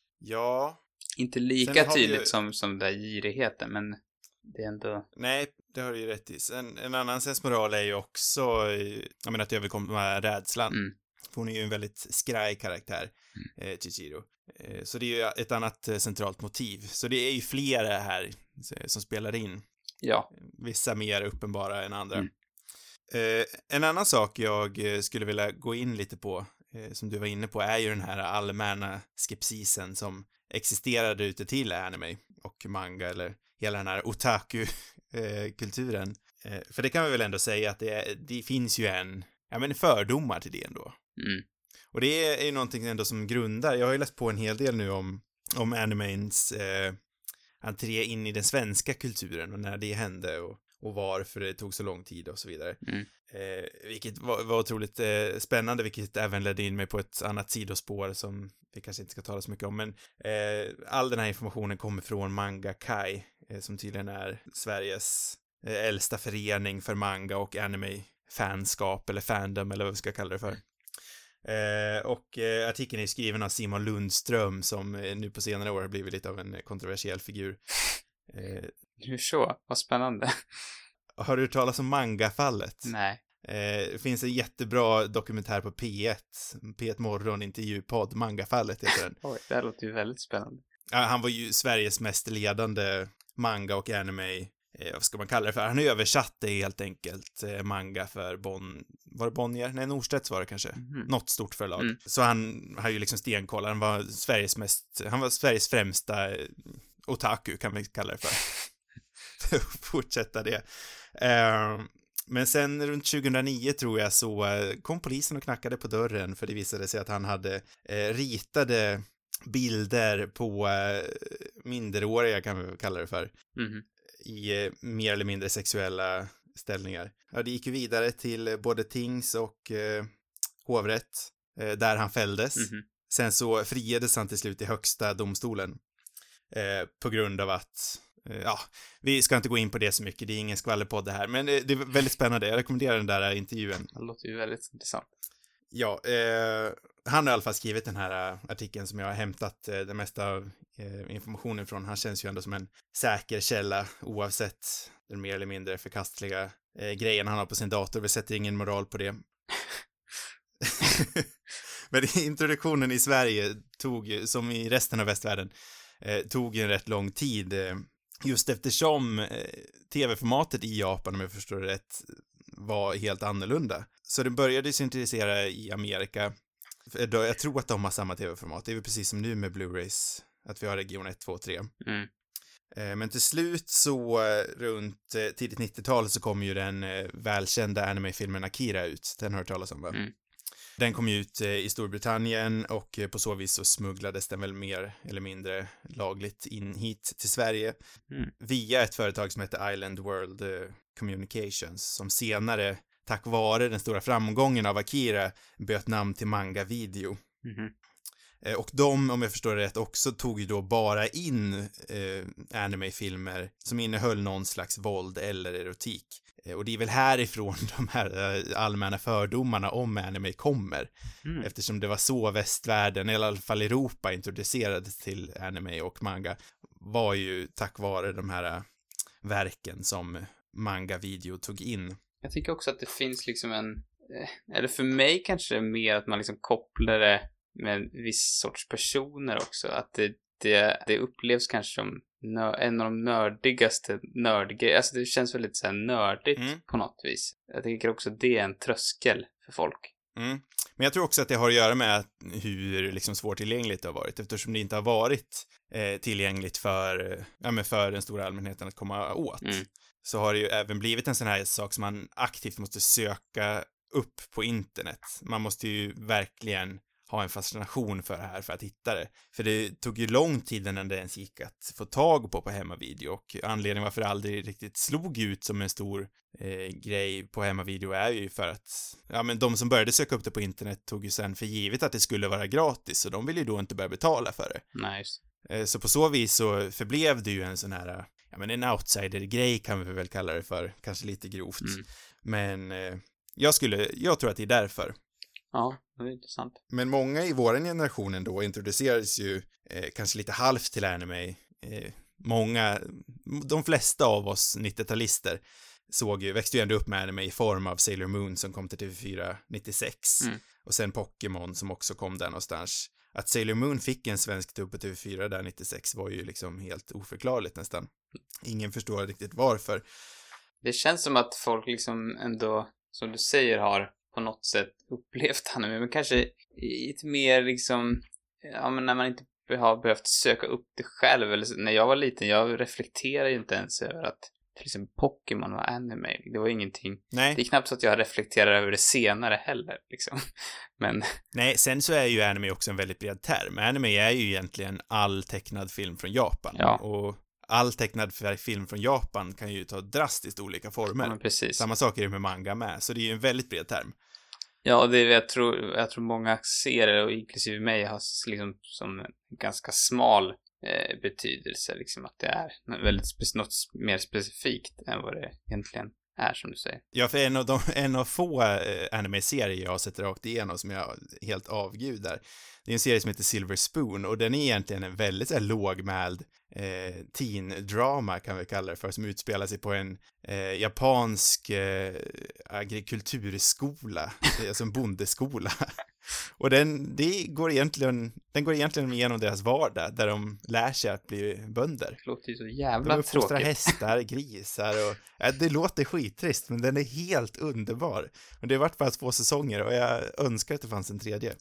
Ja. Inte lika tydligt ju... som, som där girigheten, men det är ändå... Nej, det har du ju rätt i. En, en annan sensmoral är ju också, jag menar att överkomma rädslan. Mm. För hon är ju en väldigt skraj karaktär, mm. eh, Chichiro. Eh, så det är ju ett annat eh, centralt motiv. Så det är ju flera här eh, som spelar in. Ja. Vissa mer uppenbara än andra. Mm. Eh, en annan sak jag eh, skulle vilja gå in lite på, eh, som du var inne på, är ju den här allmänna skepsisen som existerade ute till anime och manga, eller hela den här otaku-kulturen. Eh, eh, för det kan vi väl ändå säga att det, är, det finns ju en, ja men fördomar till det ändå. Mm. Och det är ju någonting ändå som grundar, jag har ju läst på en hel del nu om, om animens eh, entré in i den svenska kulturen och när det hände och, och varför det tog så lång tid och så vidare. Mm. Eh, vilket var, var otroligt eh, spännande, vilket även ledde in mig på ett annat sidospår som vi kanske inte ska tala så mycket om, men eh, all den här informationen kommer från Manga Kai, eh, som tydligen är Sveriges eh, äldsta förening för manga och anime-fanskap eller fandom eller vad vi ska kalla det för. Eh, och eh, artikeln är skriven av Simon Lundström som eh, nu på senare år har blivit lite av en kontroversiell figur. Eh, Hur så? Vad spännande. Har du hört talas om Manga-fallet? Nej. Eh, det finns en jättebra dokumentär på P ett, P ett morgon, intervjupodd, Manga-fallet heter den. Oj, det här låter ju väldigt spännande. Ja, han var ju Sveriges mest ledande manga- och anime eh, vad ska man kalla det för? Han översatte helt enkelt eh, manga för Bonn, var det Bonnier? Nej, Norstedts var det kanske. Mm. Något stort förlag. Mm. Så han har ju liksom stenkoll. Han var Sveriges mest, han var Sveriges främsta eh, otaku kan vi kalla det för. För att fortsätta det. Eh, men sen runt tjugohundranio tror jag så eh, kom polisen och knackade på dörren för det visade sig att han hade eh, ritade bilder på eh, minderåriga kan vi kalla det för. Mm. I eh, mer eller mindre sexuella ställningar. Ja, det gick ju vidare till eh, både tings och eh, hovrätt eh, där han fälldes. Mm. Sen så friades han till slut i högsta domstolen eh, på grund av att eh, ja, vi ska inte gå in på det så mycket, det är ingen skvallerpodd det här, men det, det är väldigt spännande, jag rekommenderar den där intervjun. Det låter ju väldigt intressant. Ja, eh, han har i alla fall skrivit den här artikeln som jag har hämtat eh, det mesta av eh, informationen från. Han känns ju ändå som en säker källa oavsett den mer eller mindre förkastliga eh, grejen han har på sin dator. Vi sätter ingen moral på det. Men introduktionen i Sverige tog, som i resten av västvärlden, eh, tog en rätt lång tid. Eh, just eftersom eh, tv-formatet i Japan, om jag förstår det rätt, var helt annorlunda. Så det började syntetisera i Amerika. Jag tror att de har samma tv-format. Det är väl precis som nu med Blu-rays. Att vi har region ett, två, tre. Mm. Men till slut så runt tidigt nittiotal så kom ju den välkända anime-filmen Akira ut. Den har hört talas om, va? Mm. Den kom ut i Storbritannien och på så vis så smugglades den väl mer eller mindre lagligt in hit till Sverige Mm. via ett företag som heter Island World Communications som senare, tack vare den stora framgången av Akira, bytte namn till Manga Video. Mm. Och de, om jag förstår det rätt, också tog ju då bara in eh, anime-filmer som innehöll någon slags våld eller erotik. Eh, och det är väl härifrån de här eh, allmänna fördomarna om anime kommer. Mm. Eftersom det var så västvärlden, eller i alla fall Europa, introducerades till anime och manga, var ju tack vare de här eh, verken som Manga Video tog in. Jag tycker också att det finns liksom en, eh, eller för mig kanske mer att man liksom kopplar det med en viss sorts personer också. Att det, det, det upplevs kanske som nö, en av de nördigaste nördgrejer. Alltså det känns väldigt så här nördigt Mm. på något vis. Jag tänker också att det är en tröskel för folk. Mm. Men jag tror också att det har att göra med hur liksom svårtillgängligt det har varit. Eftersom det inte har varit eh, tillgängligt för, ja, men för den stora allmänheten att komma åt. Mm. Så har det ju även blivit en sån här sak som man aktivt måste söka upp på internet. Man måste ju verkligen ha en fascination för det här för att hitta det. För det tog ju lång tid innan det ens gick att få tag på på hemmavideo. Och anledningen varför det aldrig riktigt slog ut som en stor eh, grej på hemmavideo är ju för att ja, men de som började söka upp det på internet tog ju sen för givet att det skulle vara gratis. Och de ville ju då inte börja betala för det. Nice. Eh, så på så vis så förblev det ju en sån här, ja men en outsider-grej kan vi väl kalla det för. Kanske lite grovt. Mm. Men eh, jag skulle, jag tror att det är därför. Ja, det är intressant. Men många i våran generationen då introducerades ju eh, kanske lite halvt till anime. Eh, många, de flesta av oss nittio-talister såg ju, växte ju ändå upp med anime i form av Sailor Moon som kom till T V fyra nittiosex. Mm. Och sen Pokémon som också kom där någonstans. Att Sailor Moon fick en svensk dubb på T V fyra där nittiosex var ju liksom helt oförklarligt nästan. Ingen förstår riktigt varför. Det känns som att folk liksom ändå, som du säger, har på något sätt upplevt anime, men kanske i ett mer liksom, ja men när man inte har behövt söka upp det själv, eller så, när jag var liten, jag reflekterar ju inte ens över att till exempel Pokémon var anime, det var ingenting. Nej. Det är knappt så att jag reflekterar över det senare heller, liksom. Men... Nej, sen så är ju anime också en väldigt bred term. Anime är ju egentligen all tecknad film från Japan. Ja. Och all tecknad film från Japan kan ju ta drastiskt olika former. Ja, precis. Samma sak är det med manga med, så det är ju en väldigt bred term. Ja, det är, jag tror, jag tror många ser det, och inklusive mig, har liksom som en ganska smal eh, betydelse, liksom att det är väldigt spe- något mer specifikt än vad det egentligen är, som du säger. Ja, för en av, de, en av få eh, anime-serier jag har sett rakt igenom som jag helt avgudar, det är en serie som heter Silver Spoon, och den är egentligen en väldigt så här, lågmäld eh, teen-drama kan vi kalla det för, som utspelar sig på en eh, japansk eh, agrikulturskola, alltså en bondeskola. Och den, det går egentligen, den går egentligen igenom deras vardag där de lär sig att bli bönder. Det låter ju så jävla de uppfostrar tråkigt. hästar, grisar och ja, det låter skittrist, men den är helt underbar. Och det har varit bara två säsonger och jag önskar att det fanns en tredje.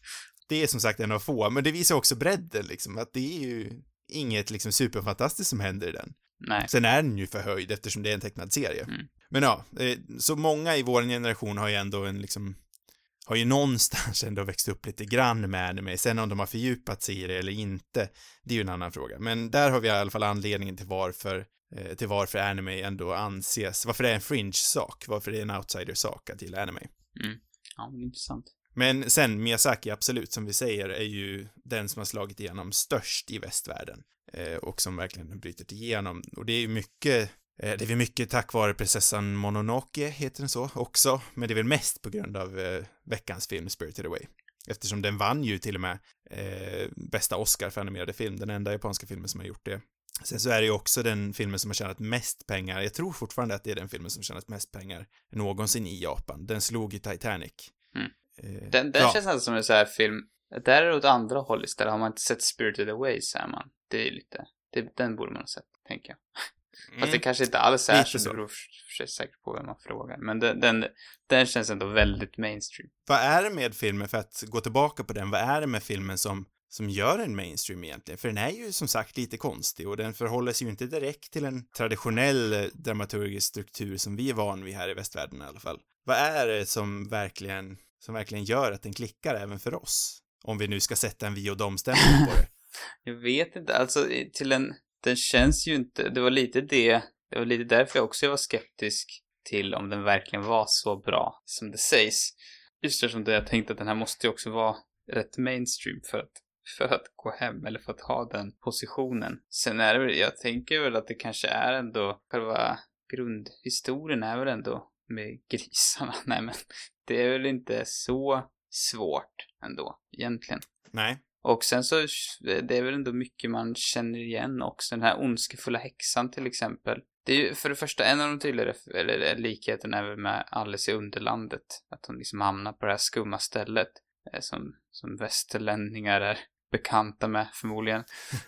Det är som sagt en av få, men det visar också bredden liksom, att det är ju inget liksom superfantastiskt som händer i den. Nej. Sen är den ju förhöjd eftersom det är en tecknad serie. Mm. Men ja, så många i vår generation har ju ändå en liksom, har ju någonstans ändå växt upp lite grann med anime. Sen om de har fördjupat sig i det eller inte, det är ju en annan fråga. Men där har vi i alla fall anledningen till varför, eh, till varför anime ändå anses, varför det är en fringe-sak, varför det är en outsider-sak att gilla anime. Mm. Ja, men intressant. Men sen Miyazaki, absolut, som vi säger, är ju den som har slagit igenom störst i västvärlden. Eh, och som verkligen bryter igenom. Och det är ju mycket, eh, det är väl mycket tack vare prinsessan Mononoke, heter den så, också. Men det är väl mest på grund av eh, veckans film Spirited Away. Eftersom den vann ju till och med eh, bästa Oscar för animerade film. Den enda japanska filmen som har gjort det. Sen så är det ju också den filmen som har tjänat mest pengar. Jag tror fortfarande att det är den filmen som har tjänat mest pengar någonsin i Japan. Den slog i Titanic. Mm. Eh, den den ja. känns alltså som en så här film. Där är det åt andra håll istället. Har man inte sett Spirited Away, så är man. Det är lite, det, den borde man ha sett, tänker jag. Mm. Fast det kanske inte alls är så, det beror för sig säkert på vem man frågar. Men den, den, den känns ändå väldigt mainstream. Vad är det med filmen, för att gå tillbaka på den, vad är det med filmen som, som gör en mainstream egentligen? För den är ju som sagt lite konstig och den förhåller sig ju inte direkt till en traditionell dramaturgisk struktur som vi är van vid här i västvärlden i alla fall. Vad är det som verkligen, som verkligen gör att den klickar även för oss? Om vi nu ska sätta en vi och dom-stämpel på det. Jag vet inte, alltså till en, den känns ju inte, det var lite det, det var lite därför jag också var skeptisk till om den verkligen var så bra som det sägs. Just det, som det jag tänkte att den här måste ju också vara rätt mainstream för att, för att gå hem eller för att ha den positionen. Sen är det väl, jag tänker väl att det kanske är ändå, själva grundhistorien är väl ändå med grisarna. Nej men, det är väl inte så svårt ändå, egentligen. Nej. Och sen så, det är väl ändå mycket man känner igen också. Den här ondskefulla häxan till exempel. Det är ju för det första en av de tydligare, eller likheten är väl med Alice i Underlandet. Att hon liksom hamnar på det här skumma stället. Som, som västerlänningar är bekanta med förmodligen.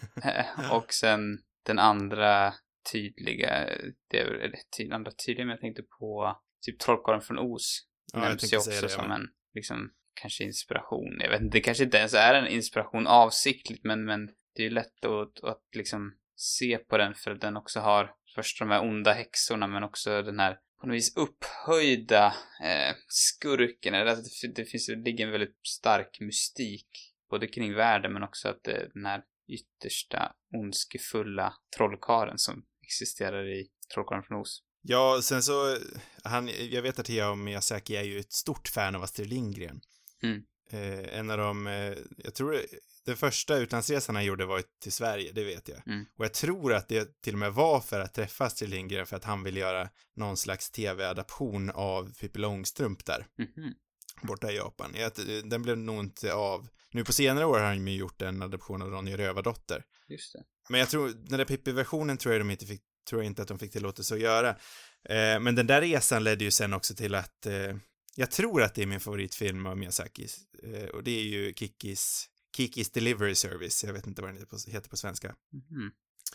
Och sen den andra tydliga, det är väl, eller den andra tydliga, men jag tänkte på typ Trollkarlen från Oz. Ja, nämns ju också det, som men... en, liksom, kanske inspiration. Jag vet inte, det kanske inte ens är en inspiration avsiktligt, men, men det är ju lätt att, att liksom se på den för att den också har först de här onda häxorna, men också den här på något vis upphöjda eh, skurken. Alltså det, det finns, det ligger en väldigt stark mystik både kring världen, men också att det, den här yttersta ondskefulla trollkaren som existerar i Trollkarlen från Oz. Ja, sen så, han, jag vet att Hayao Miyazaki är ju ett stort fan av Astrid Lindgren. Mm. Eh, en av de, eh, jag tror den första utlandsresan han gjorde var till Sverige, det vet jag. Mm. Och jag tror att det till och med var för att träffa Astrid Lindgren för att han ville göra någon slags tv-adaption av Pippi Långstrump där. Mm-hmm. Borta i Japan. Jag, den blev nog inte av. Nu på senare år har han ju gjort en adaption av Ronja Rövardotter. Just det. Men jag tror, den där Pippi-versionen tror jag de inte fick, tror jag inte att de fick tillåtelse att göra. Eh, men den där resan ledde ju sen också till att eh, jag tror att det är min favoritfilm av Miyazaki. Eh, och det är ju Kikis, Kikis Delivery Service. Jag vet inte vad den heter på, heter på svenska. Mm-hmm.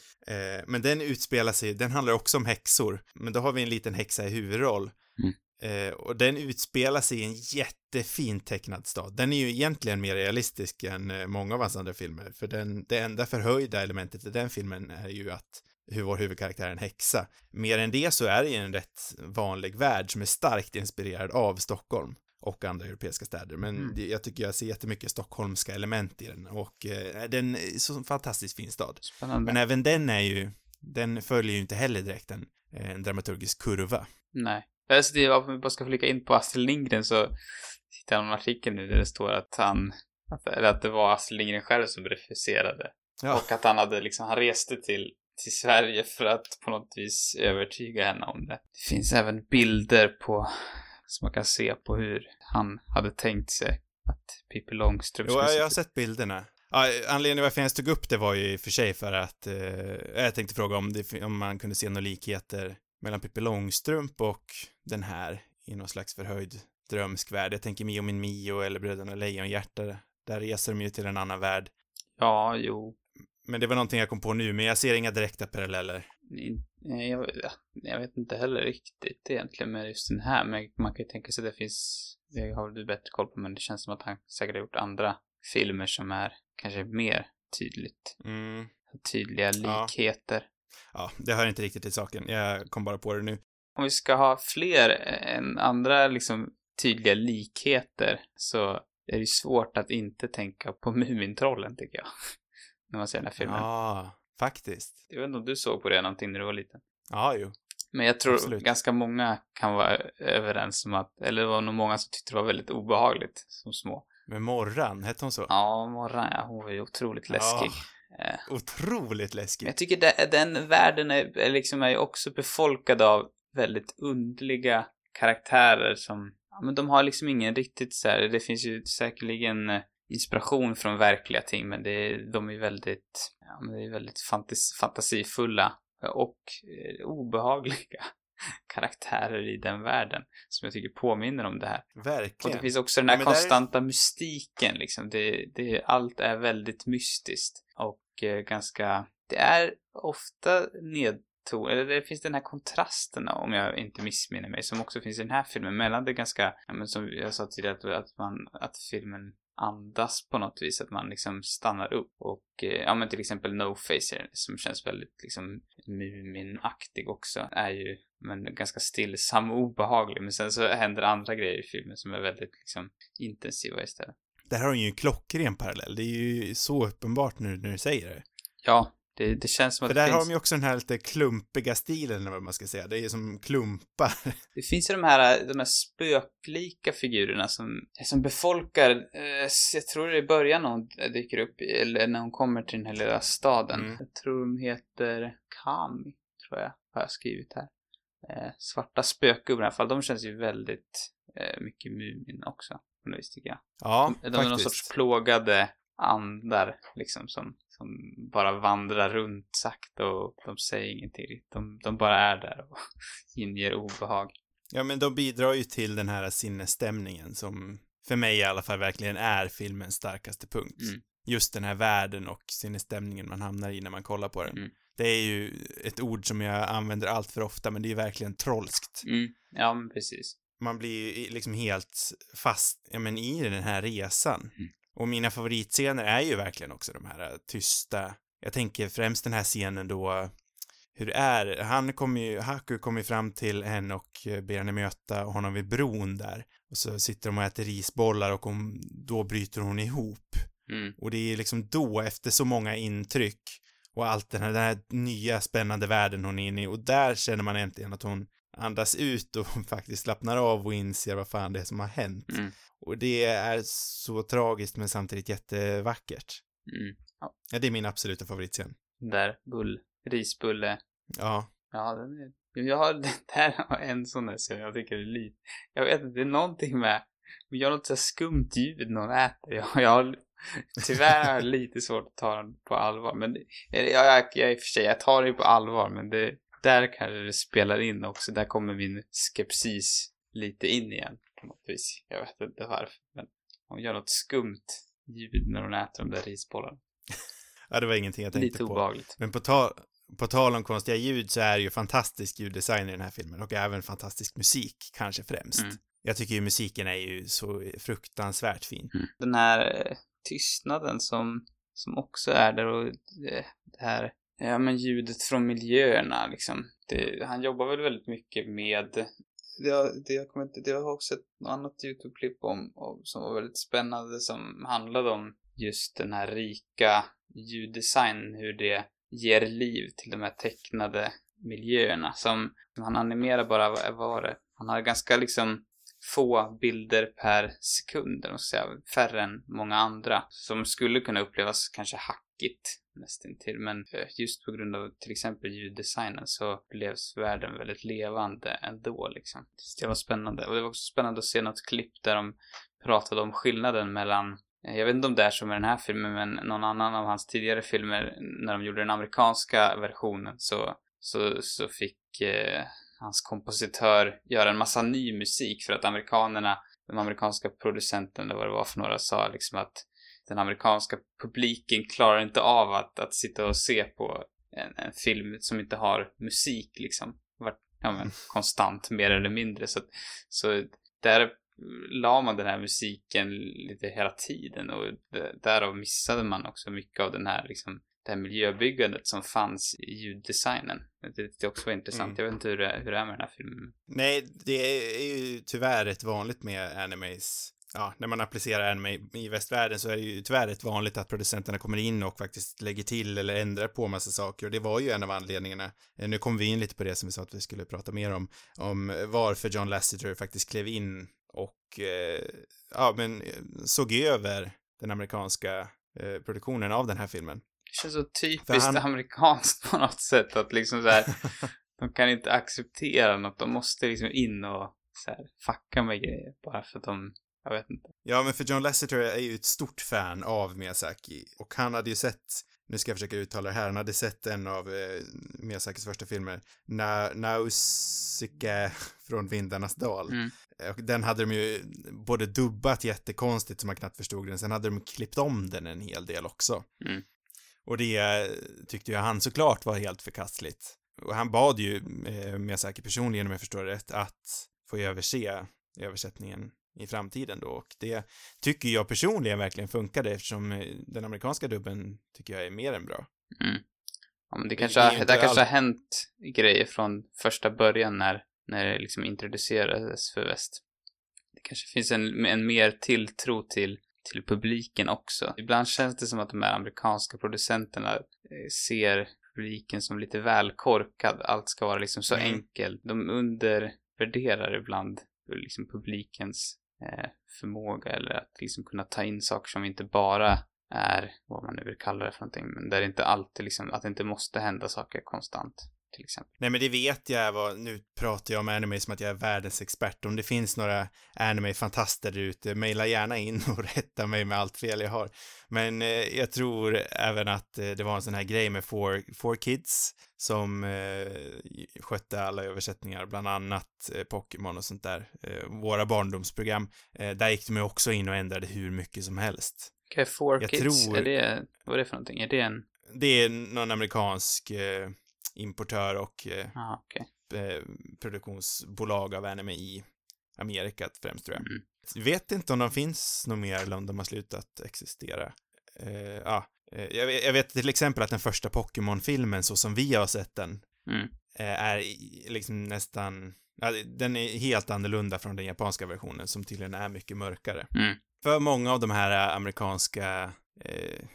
Eh, men den utspelar sig, den handlar också om häxor. Men då har vi en liten häxa i huvudroll. Mm. Eh, och den utspelar sig i en jättefin tecknad stad. Den är ju egentligen mer realistisk än eh, många av hans andra filmer. För den, det enda förhöjda elementet i den filmen är ju att hur vår huvudkaraktär är en häxa. Mer än det så är det en rätt vanlig värld som är starkt inspirerad av Stockholm och andra europeiska städer. Men Mm. det, jag tycker jag ser jättemycket stockholmska element i den. Och eh, den är så en fantastiskt fin stad. Spännande. Men även den är ju, den följer ju inte heller direkt en, en dramaturgisk kurva. Nej. Alltså det, om vi bara ska flika in på Astrid Lindgren så hittar jag en artikel nu där det står att han, att, eller att det var Astrid Lindgren själv som refuserade. Ja. Och att han hade liksom, han reste till, till Sverige för att på något vis övertyga henne om det. Det finns även bilder på, som man kan se på hur han hade tänkt sig att Pippi Långstrump Jo, skulle se jag har ut. sett bilderna. Ja, anledningen varför jag ens tog upp det var ju för sig för att eh, jag tänkte fråga om, det, om man kunde se några likheter mellan Pippi Långstrump och den här i någon slags förhöjd drömsk värld. Jag tänker Mio min Mio eller Bröderna Lejonhjärta. Där reser de ju till en annan värld. Ja, jo. Men det var någonting jag kom på nu, men jag ser inga direkta paralleller. Nej, jag, jag vet inte heller riktigt egentligen med just den här. Men man kan ju tänka sig att det finns, det har du bättre koll på, men det känns som att han säkert har gjort andra filmer som är kanske mer tydligt. Mm. Tydliga likheter. Ja. ja, det hör inte riktigt till saken. Jag kom bara på det nu. Om vi ska ha fler än andra liksom tydliga likheter så är det ju svårt att inte tänka på Mumintrollen, tycker jag. När man ser den här filmen. Ja, faktiskt. Jag vet inte om du såg på det någonting när du var liten. Ja, jo. Men jag tror Absolut. ganska många kan vara överens om att, eller det var nog många som tyckte det var väldigt obehagligt som små. Men Morran, hette hon så? Ja, Morran, ja, hon var ju otroligt läskig. Ja, eh. otroligt läskig. Jag tycker det, den världen är, är liksom är ju också befolkad av väldigt underliga karaktärer som, ja, men de har liksom ingen riktigt så här, det finns ju säkerligen inspiration från verkliga ting, men det, de är väldigt, ja, men det är väldigt fantas, fantasifulla och eh, obehagliga karaktärer i den världen som jag tycker påminner om det här. Verkligen. Och det finns också den här ja, konstanta är... mystiken liksom. Det, det, allt är väldigt mystiskt och eh, ganska, det är ofta nedton, eller det finns den här kontrasten, om jag inte missminner mig, som också finns i den här filmen mellan det ganska, ja, men som jag sa tidigare, att, att, man, att filmen andas på något vis, att man liksom stannar upp och, eh, ja men till exempel No Face som känns väldigt liksom Mumin-aktig också, är ju men ganska stillsam och obehaglig, men sen så händer andra grejer i filmen som är väldigt liksom intensiva istället. Där har hon ju en klockren parallell, det är ju så uppenbart nu när du säger det. Ja, det, det känns som att för det där finns... har de ju också den här lite klumpiga stilen, eller vad man ska säga. Det är som klumpar. Det finns ju de här, de här spöklika figurerna som, som befolkar, eh, jag tror det är i början när hon dyker upp, eller när hon kommer till den här lilla staden. Mm. Jag tror de heter Kami, tror jag, har jag skrivit här. Eh, svarta spökgubbar i alla fall, de känns ju väldigt eh, mycket Mumin också, på något vis tycker jag. Ja, de, de är någon sorts plågade andar liksom som, som bara vandrar runt sakta och de säger ingenting. De, de bara är där och inger obehag. Ja, men de bidrar ju till den här sinnesstämningen som för mig i alla fall verkligen är filmens starkaste punkt. Mm. Just den här världen och sinnesstämningen man hamnar i när man kollar på den. Mm. Det är ju ett ord som jag använder allt för ofta, men det är verkligen trollskt. Mm. Ja, men precis. Man blir ju liksom helt fast ja, men i den här resan. Mm. Och mina favoritscener är ju verkligen också de här tysta. Jag tänker främst den här scenen då, hur det är. Han kommer ju, Haku kommer ju fram till henne och ber henne möta honom vid bron där. Och så sitter de och äter risbollar och hon, då bryter hon ihop. Mm. Och det är liksom då, efter så många intryck och allt den här, den här nya spännande världen hon är inne i. Och där känner man äntligen att hon andas ut och faktiskt slappnar av och inser vad fan det är som har hänt. Mm. Och det är så tragiskt men samtidigt jättevackert. Mm. Ja. Ja, det är min absoluta favoritscen. Där, bull, risbulle. Ja. Ja, den är... Jag har det här en sån där scen jag tycker det är lite... Jag vet inte, det är någonting med... Vi gör något så skumt ljud när hon äter. Jag, jag har... Tyvärr har jag lite svårt att ta den på allvar. Men det, jag, jag, jag i och för sig, jag tar det på allvar. Men det, där kanske det spelar in också. Där kommer min skepsis lite in igen. På något vis. Jag vet inte varför. Men hon gör något skumt ljud när hon äter de där risbollarna. Ja, det var ingenting jag tänkte lite på. Obehagligt. Men på tal, på tal om konstiga ljud så är det ju fantastisk ljuddesign i den här filmen. Och även fantastisk musik, kanske främst. Mm. Jag tycker ju musiken är ju så fruktansvärt fin. Mm. Den här eh, tystnaden som, som också är där och det, det här ja, men ljudet från miljöerna liksom. Det, han jobbar väl väldigt mycket med det, det, jag kommer inte, det har också ett annat YouTube-klipp om, om som var väldigt spännande som handlade om just den här rika ljuddesign, hur det ger liv till de här tecknade miljöerna som, som han animerar bara, vad var det? Han har ganska liksom få bilder per sekund, eller säga, färre än många andra som skulle kunna upplevas kanske hackigt nästan till, men just på grund av till exempel ljuddesignen så upplevs världen väldigt levande ändå liksom. Det var spännande, och det var också spännande att se något klipp där de pratade om skillnaden mellan, jag vet inte om det är som i den här filmen, men någon annan av hans tidigare filmer, när de gjorde den amerikanska versionen så, så, så fick eh, hans kompositör göra en massa ny musik för att amerikanerna de amerikanska producenterna, vad det var för några, sa liksom att den amerikanska publiken klarar inte av att, att sitta och se på en, en film som inte har musik liksom. Vart, ja, men, konstant, mer eller mindre. Så, så där la man den här musiken lite hela tiden, och därav missade man också mycket av den här liksom, det här miljöbyggandet som fanns i ljuddesignen. Det, det också var intressant. Mm. Jag vet inte hur det, hur det är med den här filmen. Nej, det är ju tyvärr rätt vanligt med animes. Ja, när man applicerar anime i västvärlden så är det ju tyvärr rätt vanligt att producenterna kommer in och faktiskt lägger till eller ändrar på massa saker. Och det var ju en av anledningarna. Nu kom vi in lite på det som vi sa att vi skulle prata mer om. Om varför John Lasseter faktiskt klev in och eh, ja, men såg över den amerikanska eh, produktionen av den här filmen. Det känns så typiskt han... amerikanskt på något sätt att liksom så här, de kan inte acceptera något. De måste liksom in och så här fucka med grejer bara för att de, jag vet inte. Ja, men för John Lasseter är ju ett stort fan av Miyazaki, och han hade ju sett, nu ska jag försöka uttala det här, han hade sett en av eh, Miyazakis första filmer, Na- Nausicaa från Vindarnas dal. Mm. Och den hade de ju både dubbat jättekonstigt så man knappt förstod den, sen hade de klippt om den en hel del också. Mm. Och det tyckte ju han såklart var helt förkastligt. Och han bad ju eh, Miyazaki personligen, om jag förstår det rätt, att få överse översättningen i framtiden då. Och det tycker jag personligen verkligen funkade, eftersom den amerikanska dubben tycker jag är mer än bra. Mm. Ja, men det kanske, det, det, det kanske all... har hänt grejer från första början när, när det liksom introducerades för väst. Det kanske finns en, en mer tilltro till till publiken också. Ibland känns det som att de här amerikanska producenterna ser publiken som lite väl korkad. Allt ska vara liksom så mm. enkelt. De undervärderar ibland liksom publikens eh, förmåga, eller att liksom kunna ta in saker som inte bara är vad man nu vill kalla det för någonting, men där det inte alltid liksom, att det inte måste hända saker konstant. Till exempel. Nej, men det vet jag vad, nu pratar jag om anime som att jag är världens expert. Om det finns några anime-fantaster där ute, mejla gärna in och rätta mig med allt fel jag har. Men eh, jag tror även att eh, det var en sån här grej med Four, Four Kids som eh, skötte alla översättningar, bland annat eh, Pokémon och sånt där. Eh, våra barndomsprogram. Eh, där gick de ju också in och ändrade hur mycket som helst. Okej, okay, Four jag Kids, tror, är det, vad är det för någonting? Är det en... Det är någon amerikansk... Eh, importör och eh, ah, okay. eh, produktionsbolag av anime i Amerika främst, tror jag. Mm. Jag vet inte om de finns något mer eller om de har slutat existera. Eh, ah, eh, jag, vet, jag vet till exempel att den första Pokémon-filmen, så som vi har sett den, mm. eh, är liksom nästan, ja, den är helt annorlunda från den japanska versionen som tydligen är mycket mörkare. Mm. För många av de här amerikanska eh,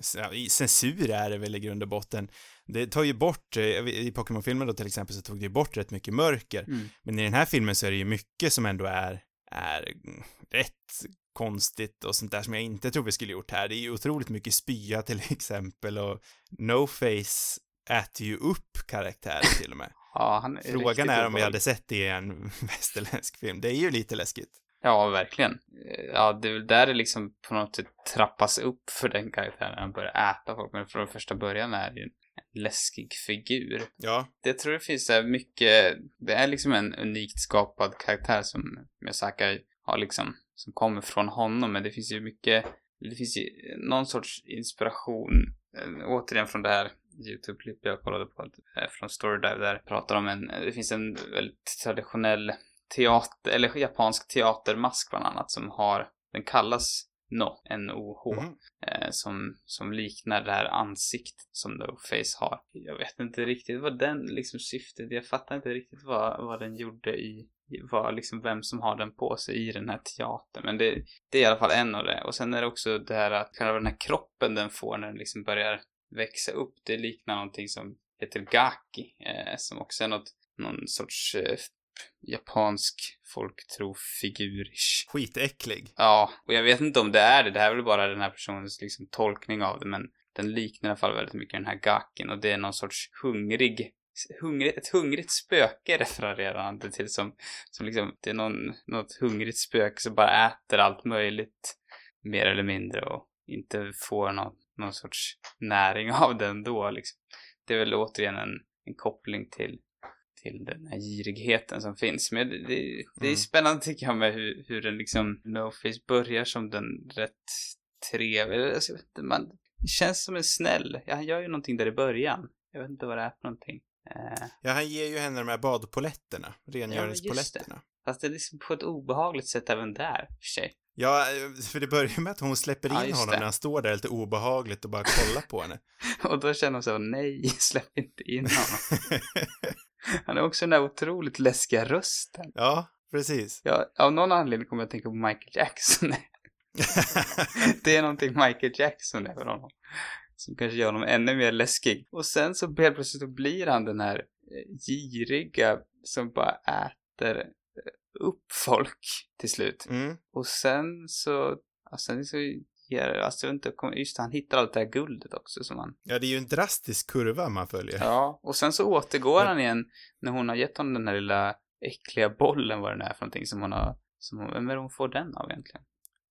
censur är det väl i grund och botten. Det tar ju bort, i Pokémon-filmen då till exempel, så tog det ju bort rätt mycket mörker. Mm. Men i den här filmen så är det ju mycket som ändå är, är rätt konstigt och sånt där som jag inte tror vi skulle gjort här. Det är ju otroligt mycket spya till exempel, och No-Face äter ju upp karaktärer till och med. Ja, han är Frågan är om vi hade sett det i en västerländsk film. Det är ju lite läskigt. Ja, verkligen. Ja, det är väl där det liksom på något sätt trappas upp för den karaktären när han börjar äta folk. Men från första början är det ju en läskig figur. Ja. Jag tror det finns så här mycket, det är liksom en unikt skapad karaktär som Miyazaki har liksom, som kommer från honom. Men det finns ju mycket, det finns ju någon sorts inspiration, återigen från det här YouTube-klipp jag kollade på från Storydive, där pratar om en, det finns en väldigt traditionell teater, eller japansk teatermask bland annat, som har, den kallas No, N O H, mm. eh, som, som liknar det här ansiktet som No-Face har. Jag vet inte riktigt vad den liksom syftet, jag fattar inte riktigt vad, vad den gjorde i, vad liksom vem som har den på sig i den här teatern, men det, det är i alla fall en av det. Och sen är det också det här att den här kroppen den får när den liksom börjar växa upp, det liknar någonting som heter Gaki, eh, som också är något, någon sorts eh, japansk folktrofigurish. Skitäcklig. Ja, och jag vet inte om det är det. Det här är väl bara den här personens liksom tolkning av det, men den liknar i alla fall väldigt mycket den här gaken, och det är någon sorts hungrig, hungrig ett hungrigt spöke refererar han det till, som, som liksom, det är någon, något hungrigt spöke som bara äter allt möjligt mer eller mindre och inte får någon, någon sorts näring av den då liksom. Det är väl återigen en, en koppling till till den här girigheten som finns. Men det, det, det är Mm. spännande tycker jag med hur, hur den liksom No-Face börjar som den rätt trevlig. Alltså, jag vet inte, man, det känns som en snäll. Ja, han gör ju någonting där i början. Jag vet inte vad det är för någonting. Eh, Ja, han ger ju henne de här badpoletterna. Ja, men Rengöringspoletterna. fast det är liksom på ett obehagligt sätt även där, för sig. Ja, för det börjar med att hon släpper in Ja, just honom det. när han står där lite obehagligt och bara kollar på henne. Och då känner hon så, nej, släpp inte in honom. Han har också den där otroligt läskiga rösten. Ja, precis. Ja, av någon anledning kommer jag att tänka på Michael Jackson. Det är någonting Michael Jackson över honom. Som kanske gör honom ännu mer läskig. Och sen så helt plötsligt så blir han den här giriga som bara äter upp folk till slut. Mm. Och sen så, ja, sen så ger, alltså jag vet inte, just det, han hittar allt det här guldet också som han. Ja, det är ju en drastisk kurva man följer. Ja, och sen så återgår han igen när hon har gett honom den här lilla äckliga bollen, vad den är för någonting som hon har, som hon, vem är det hon får den av egentligen?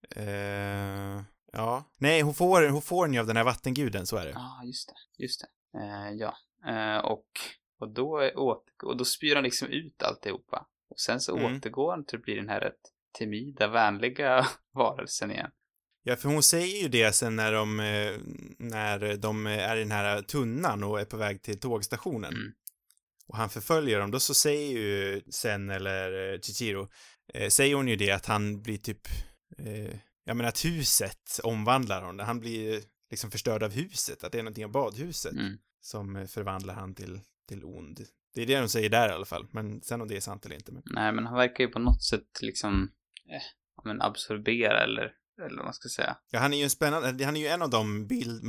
Eh, ja. Nej, hon får, hon får den ju av den här vattenguden, så är det. Ja, ah, just det, just det. Eh, ja, eh, och, och då är, åter, och då spyr han liksom ut alltihopa. Och sen så Mm. återgår han till att bli den här rätt timida, vänliga varelsen igen. Ja, för hon säger ju det sen när de, eh, när de är i den här tunnan och är på väg till tågstationen. Mm. Och han förföljer dem. Då så säger ju Sen, eller eh, Chichiro, eh, säger hon ju det att han blir typ, eh, jag menar att huset omvandlar honom. Han blir liksom förstörd av huset. Att det är någonting av badhuset Mm. som eh, förvandlar han till, till ond. Det är det de säger där i alla fall. Men sen om det är sant eller inte. Men... Nej, men han verkar ju på något sätt liksom eh, ja, men absorbera eller, eller vad man ska säga. Ja, han är ju en spännande, han är ju en av de bild...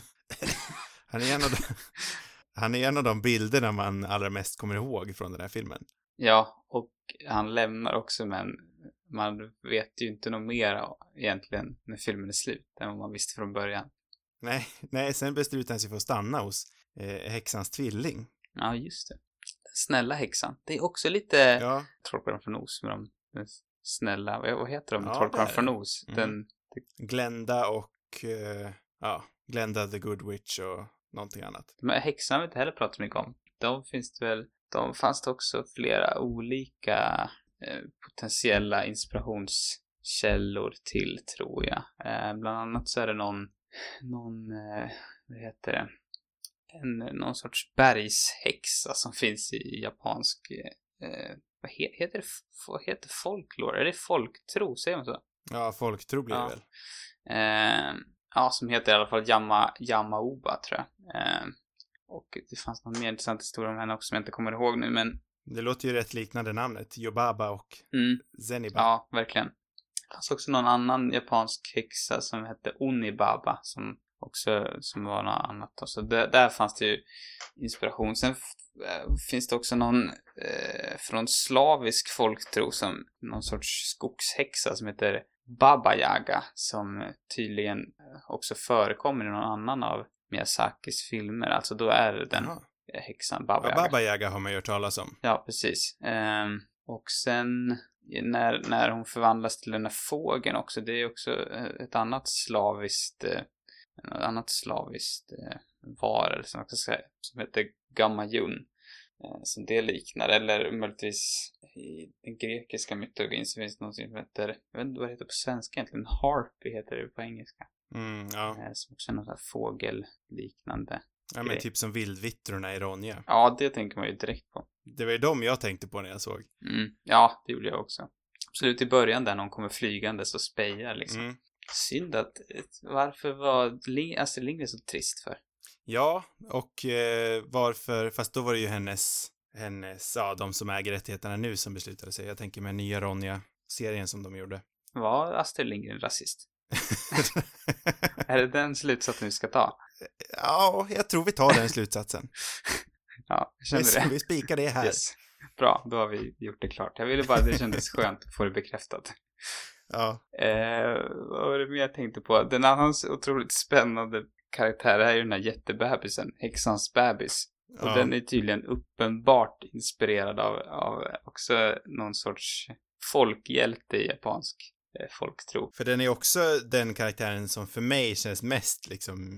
han är en av de... Han är en av de bilderna man allra mest kommer ihåg från den här filmen. Ja, och han lämnar också, men man vet ju inte något mer egentligen när filmen är slut än vad man visste från början. Nej, nej, sen beslutar han sig för att stanna hos eh, häxans tvilling. Ja, just det. Den snälla häxan. Det är också lite Ja, Trollkarlen från Oz med de den snälla, vad vad heter de? Ja, Trollkarlen det är från det. Oz. Mm. Den, Glenda och eh, ja, Glenda the Good Witch och någonting annat. men häxan har vi inte heller pratat mycket om. De finns det väl, de fanns det också flera olika eh, potentiella inspirationskällor till, tror jag. Eh, bland annat så är det någon, någon, eh, vad heter det? En, någon sorts bergshäxa som finns i japansk, eh, vad he, heter det? Vad heter folklore? Är det folktro? Säger man så? Ja, folktro blir det Ja. väl. Eh, ja, som heter i alla fall Yama, Yamaoba, tror jag. Eh, och det fanns någon mer intressant historia om henne också som jag inte kommer ihåg nu, men Det låter ju rätt liknande namnet. Yobaba och mm, Zeniba. ja, verkligen. Det fanns också någon annan japansk häxa som hette Onibaba, som också som var något annat. Så där, där fanns det ju inspiration. Sen f- äh, finns det också någon eh, från slavisk folktro, som någon sorts skogshäxa som heter Baba Yaga, som tydligen också förekommer i någon annan av Miyazakis filmer. Alltså då är det den Jaha. häxan Baba Ja, Yaga. Baba Yaga har man ju hört talas om. Ja, precis. Ehm, och sen när, när hon förvandlas till den här fågeln också, det är också eh, ett annat slaviskt eh, ett annat slaviskt eh, varelse, man kan säga, som heter Gamma-Jun, eh, som det liknar. Eller möjligtvis i den grekiska mytologin så finns det något som heter, jag vet inte vad det heter på svenska egentligen, Harpy heter det på engelska. Mm, ja. Eh, som också är något så här fågelliknande. Ja, men typ som vildvittrorna i Ronja. Ja, det tänker man ju direkt på. Det var ju dem jag tänkte på när jag såg. Mm. Ja, det gjorde jag också. Absolut i början där någon kommer flygande så spejar liksom. Mm. Synd att, varför var Ling- Astrid Lindgren så trist för? Ja, och eh, varför, fast då var det ju hennes, hennes, ja, de som äger rättigheterna nu som beslutade sig. Jag tänker med nya Ronja-serien som de gjorde. Var Astrid Lindgren rasist? Är det den slutsatsen vi ska ta? Ja, jag tror vi tar den slutsatsen. Ja, jag kände det. Vi spikar det här. Yes. Bra, då har vi gjort det klart. Jag ville bara, det kändes skönt att få det bekräftat. Ja. Eh, vad var det mer jag tänkte på? Den annan otroligt spännande karaktär är ju den här jättebebisen, häxans bebis. Och Ja. den är tydligen uppenbart inspirerad av, av också någon sorts folkhjälte i japansk eh, folktro. För den är också den karaktären som för mig känns mest liksom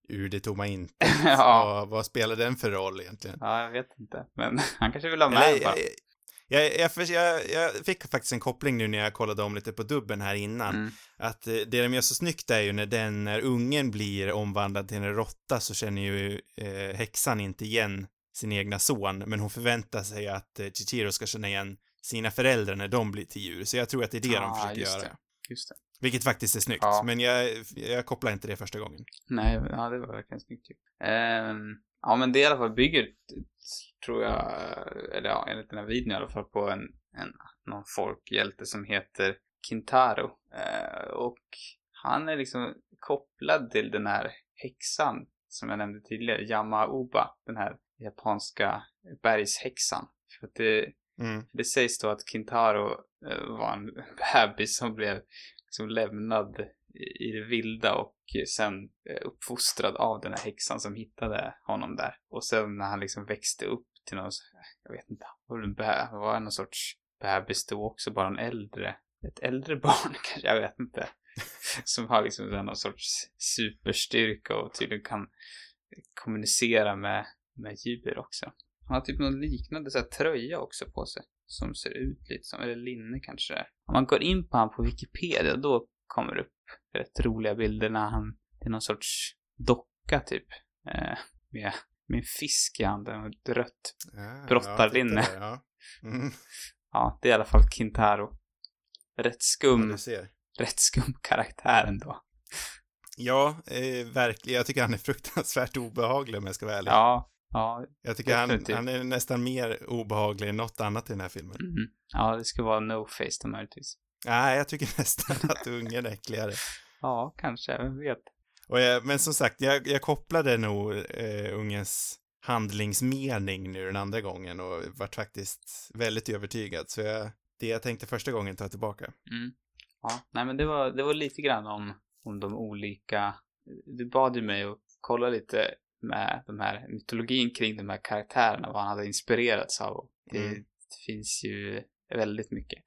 ur det tomma intet. Ja. vad, vad spelar den för roll egentligen? Ja, jag vet inte. Men han kanske vill ha med Eller, bara. Jag, jag, jag, jag, jag fick faktiskt en koppling nu när jag kollade om lite på dubben här innan. Mm. Att eh, det de gör så snyggt är ju när den, när ungen blir omvandlad till en råtta så känner ju eh, häxan inte igen sin egna son. Men hon förväntar sig att eh, Chichiro ska känna igen sina föräldrar när de blir till djur. Så jag tror att det är det Ja, de försöker just göra. det. Just det. Vilket faktiskt är snyggt. Ja. Men jag, jag kopplar inte det första gången. Nej, ja, det var verkligen snyggt ju. Um, ja, men det i alla fall bygger, tror jag, eller ja, enligt den här videon i alla fall, på en, en någon folkhjälte som heter Kintaro. Uh, och han är liksom kopplad till den här häxan som jag nämnde tidigare, Yamauba, den här japanska bergshäxan. För att det, Mm. det sägs då att Kintaro uh, var en bebis som blev liksom lämnad i det vilda och sen uppfostrad av den här häxan som hittade honom där. Och sen när han liksom växte upp till någon, jag vet inte, var det någon sorts bebis då också, bara en äldre, ett äldre barn kanske, jag vet inte. Som har liksom någon sorts superstyrka och tydligen kan kommunicera med, med djur också. Han har typ någon liknande så här tröja också på sig som ser ut lite som, eller linne kanske. Om man går in på han på Wikipedia då kommer det upp rätt roliga bilder när han, det är någon sorts docka typ, eh, med, med en fisk i handen och ett rött Ja, brottarlinne. Ja, ja. Mm. Ja, det är i alla fall Kintaro. Rätt skum, Ja, du ser. rätt skum karaktär ändå. Ja, eh, verkligen. Jag tycker han är fruktansvärt obehaglig om jag ska vara ärlig. Ja, ja. Jag tycker han, definitivt. han är nästan mer obehaglig än något annat i den här filmen. Mm. Ja, det ska vara no face då möjligtvis. Nej, jag tycker nästan att ungen är äckligare. Ja, kanske, vem vet. Och jag, men som sagt, jag, jag kopplade nog eh, ungens handlingsmening nu den andra gången och vart faktiskt väldigt övertygad. Så jag, det jag tänkte första gången tar jag tillbaka. Mm. Ja, nej men det var, det var lite grann om, om de olika, du bad ju mig att kolla lite med de här mytologin kring de här karaktärerna, vad han hade inspirerats av. Det, Mm. det finns ju väldigt mycket.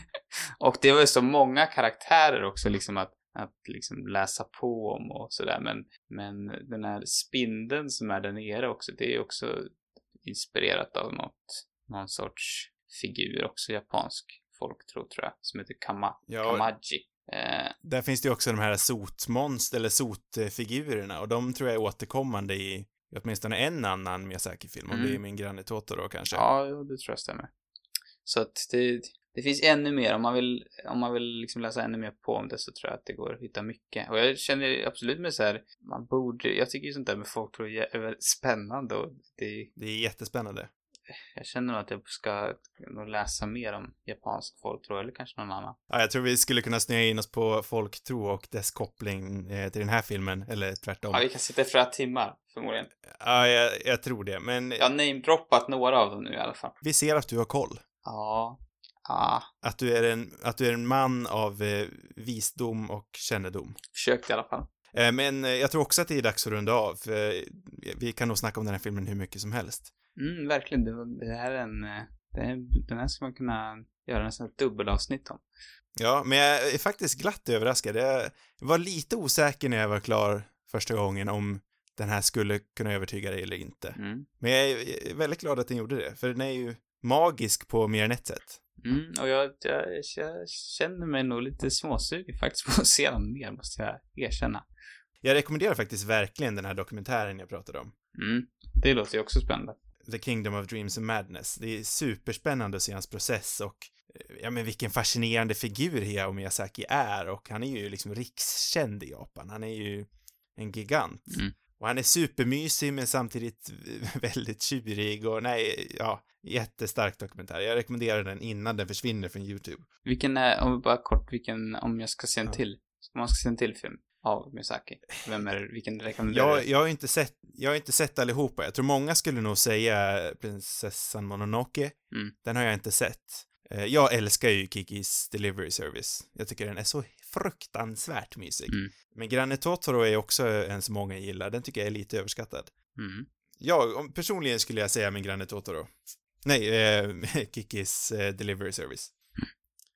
Och det var ju så många karaktärer också liksom att, att liksom läsa på om och sådär. Men, men den här spindeln som är där nere också, det är också inspirerat av något, någon sorts figur, också japansk folktro tror jag, som heter Kama, Ja, Kamaji. Eh, där finns det ju också de här sotmonster eller sotfigurerna och de tror jag är återkommande i åtminstone en annan Miyazaki-film. Om Mm. det är Min granne Totoro kanske. ja, det tror jag stämmer. Så att det, det finns ännu mer. Om man vill, om man vill liksom läsa ännu mer på om det så tror jag att det går att hitta mycket. Och jag känner absolut med så här, man borde, jag tycker ju sånt där med folktro är väldigt spännande och det, Det är jättespännande. jag känner nog att jag ska nog läsa mer om japansk folktro eller kanske någon annan. Ja, jag tror vi skulle kunna snöa in oss på folktro och dess koppling eh, till den här filmen, eller tvärtom. Ja, vi kan sitta i flera timmar förmodligen. Ja, jag, jag tror det, men Jag har namedroppat några av dem nu i alla fall. vi ser att du har koll. Ja, ja, Att du är en, att du är en man av eh, visdom och kännedom. försökte i alla fall. Eh, men eh, jag tror också att det är dags att runda av, för eh, vi kan nog snacka om den här filmen hur mycket som helst. Mm, verkligen. Det, det här är en, eh, det är, den här ska man kunna göra nästan ett dubbelavsnitt om. Ja, men jag är faktiskt glatt överraskad. Jag var lite osäker när jag var klar första gången om den här skulle kunna övertyga dig eller inte. Mm. Men jag är väldigt glad att den gjorde det, för den är ju magisk på mer än ett sätt. Mm, och jag, jag, jag känner mig nog lite småsugen faktiskt på att se den mer, måste jag erkänna. Jag rekommenderar faktiskt verkligen den här dokumentären jag pratade om. Mm, det låter ju också spännande. The Kingdom of Dreams and Madness. Det är superspännande att se hans process och ja, men vilken fascinerande figur Hayao Miyazaki är, och han är ju liksom rikskänd i Japan. Han är ju en gigant. Mm. Och han är supermysig men samtidigt väldigt tjurig och nej, ja, jättestark dokumentär. Jag rekommenderar den innan den försvinner från YouTube. Vilken är, om vi bara kort, vilken, om jag ska se en Ja. till, om man ska se en till film av Miyazaki, vem är det, vilken rekommenderar Jag, du? jag har inte sett, jag har inte sett allihopa. Jag tror många skulle nog säga Prinsessan Mononoke. Mm. Den har jag inte sett. Eh, Jag älskar ju Kikis Delivery Service. Jag tycker den är så fruktansvärt mysig. Mm. Men Granne Totoro är också en som många gillar. Den tycker jag är lite överskattad. Mm. Jag, om- personligen skulle jag säga min Granne Totoro. Nej, eh, Kikis eh, Delivery Service.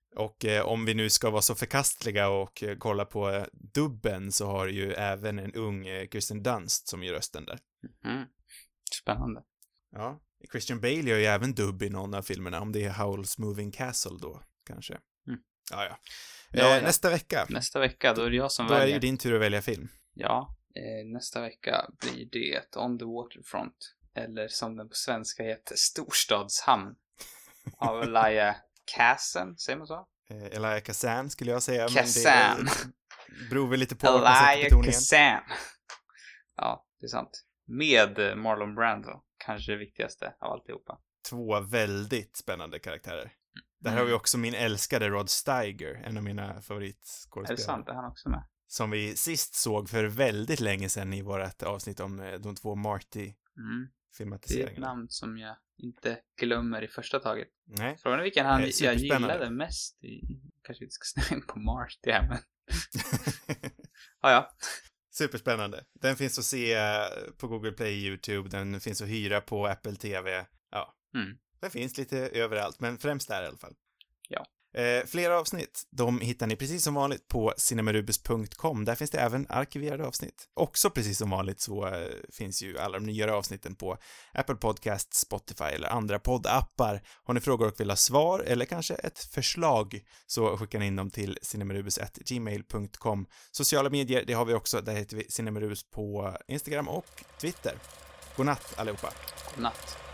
Och eh, om vi nu ska vara så förkastliga och eh, kolla på eh, dubben så har ju även en ung eh, Kirsten Dunst som gör rösten där. Mm. Spännande. Ja, Christian Bale gör ju även dubb i någon av filmerna, om det är Howl's Moving Castle då, kanske. Mm. Ja, ja. Ja, eh, ja. Nästa vecka. Nästa vecka, då är det jag som då väljer. Då är det ju din tur att välja film. Ja, eh, nästa vecka blir det On the Waterfront. Eller som den på svenska heter, Storstadshamn. Av Elia Kazan, säger man så? Eh, Elia Kazan skulle jag säga. Kazan. Men det beror väl lite på vad man sätter Elia betoningen. Kazan. Ja, det är sant. Med Marlon Brando. Kanske det viktigaste av alltihopa. Två väldigt spännande karaktärer. Mm. Där Mm. har vi också min älskade Rod Steiger, en av mina favoritskådespelare. Är det sant? Är han också med? Som vi sist såg för väldigt länge sedan i vårt avsnitt om eh, de två Marty-filmatiseringarna. Mm. Det är ett namn som jag inte glömmer i första taget. Nej. Frågan är vilken han Eh, jag gillade mest i... Kanske inte ska snöa in på Marty här, men... ah, ja. Superspännande. Den finns att se på Google Play, YouTube. Den finns att hyra på Apple T V. Ja. Mm. Den finns lite överallt, men främst där i alla fall. Ja. Eh, flera avsnitt, de hittar ni precis som vanligt på cinemarubus punkt com. Där finns det även arkiverade avsnitt. Också precis som vanligt så eh, finns ju alla de nyare avsnitten på Apple Podcast, Spotify eller andra poddappar. Har ni frågor och vill ha svar eller kanske ett förslag så skickar ni in dem till cinemarubus at gmail punkt com. Sociala medier, det har vi också. Där heter vi Cinemarubus på Instagram och Twitter. God natt allihopa. God natt.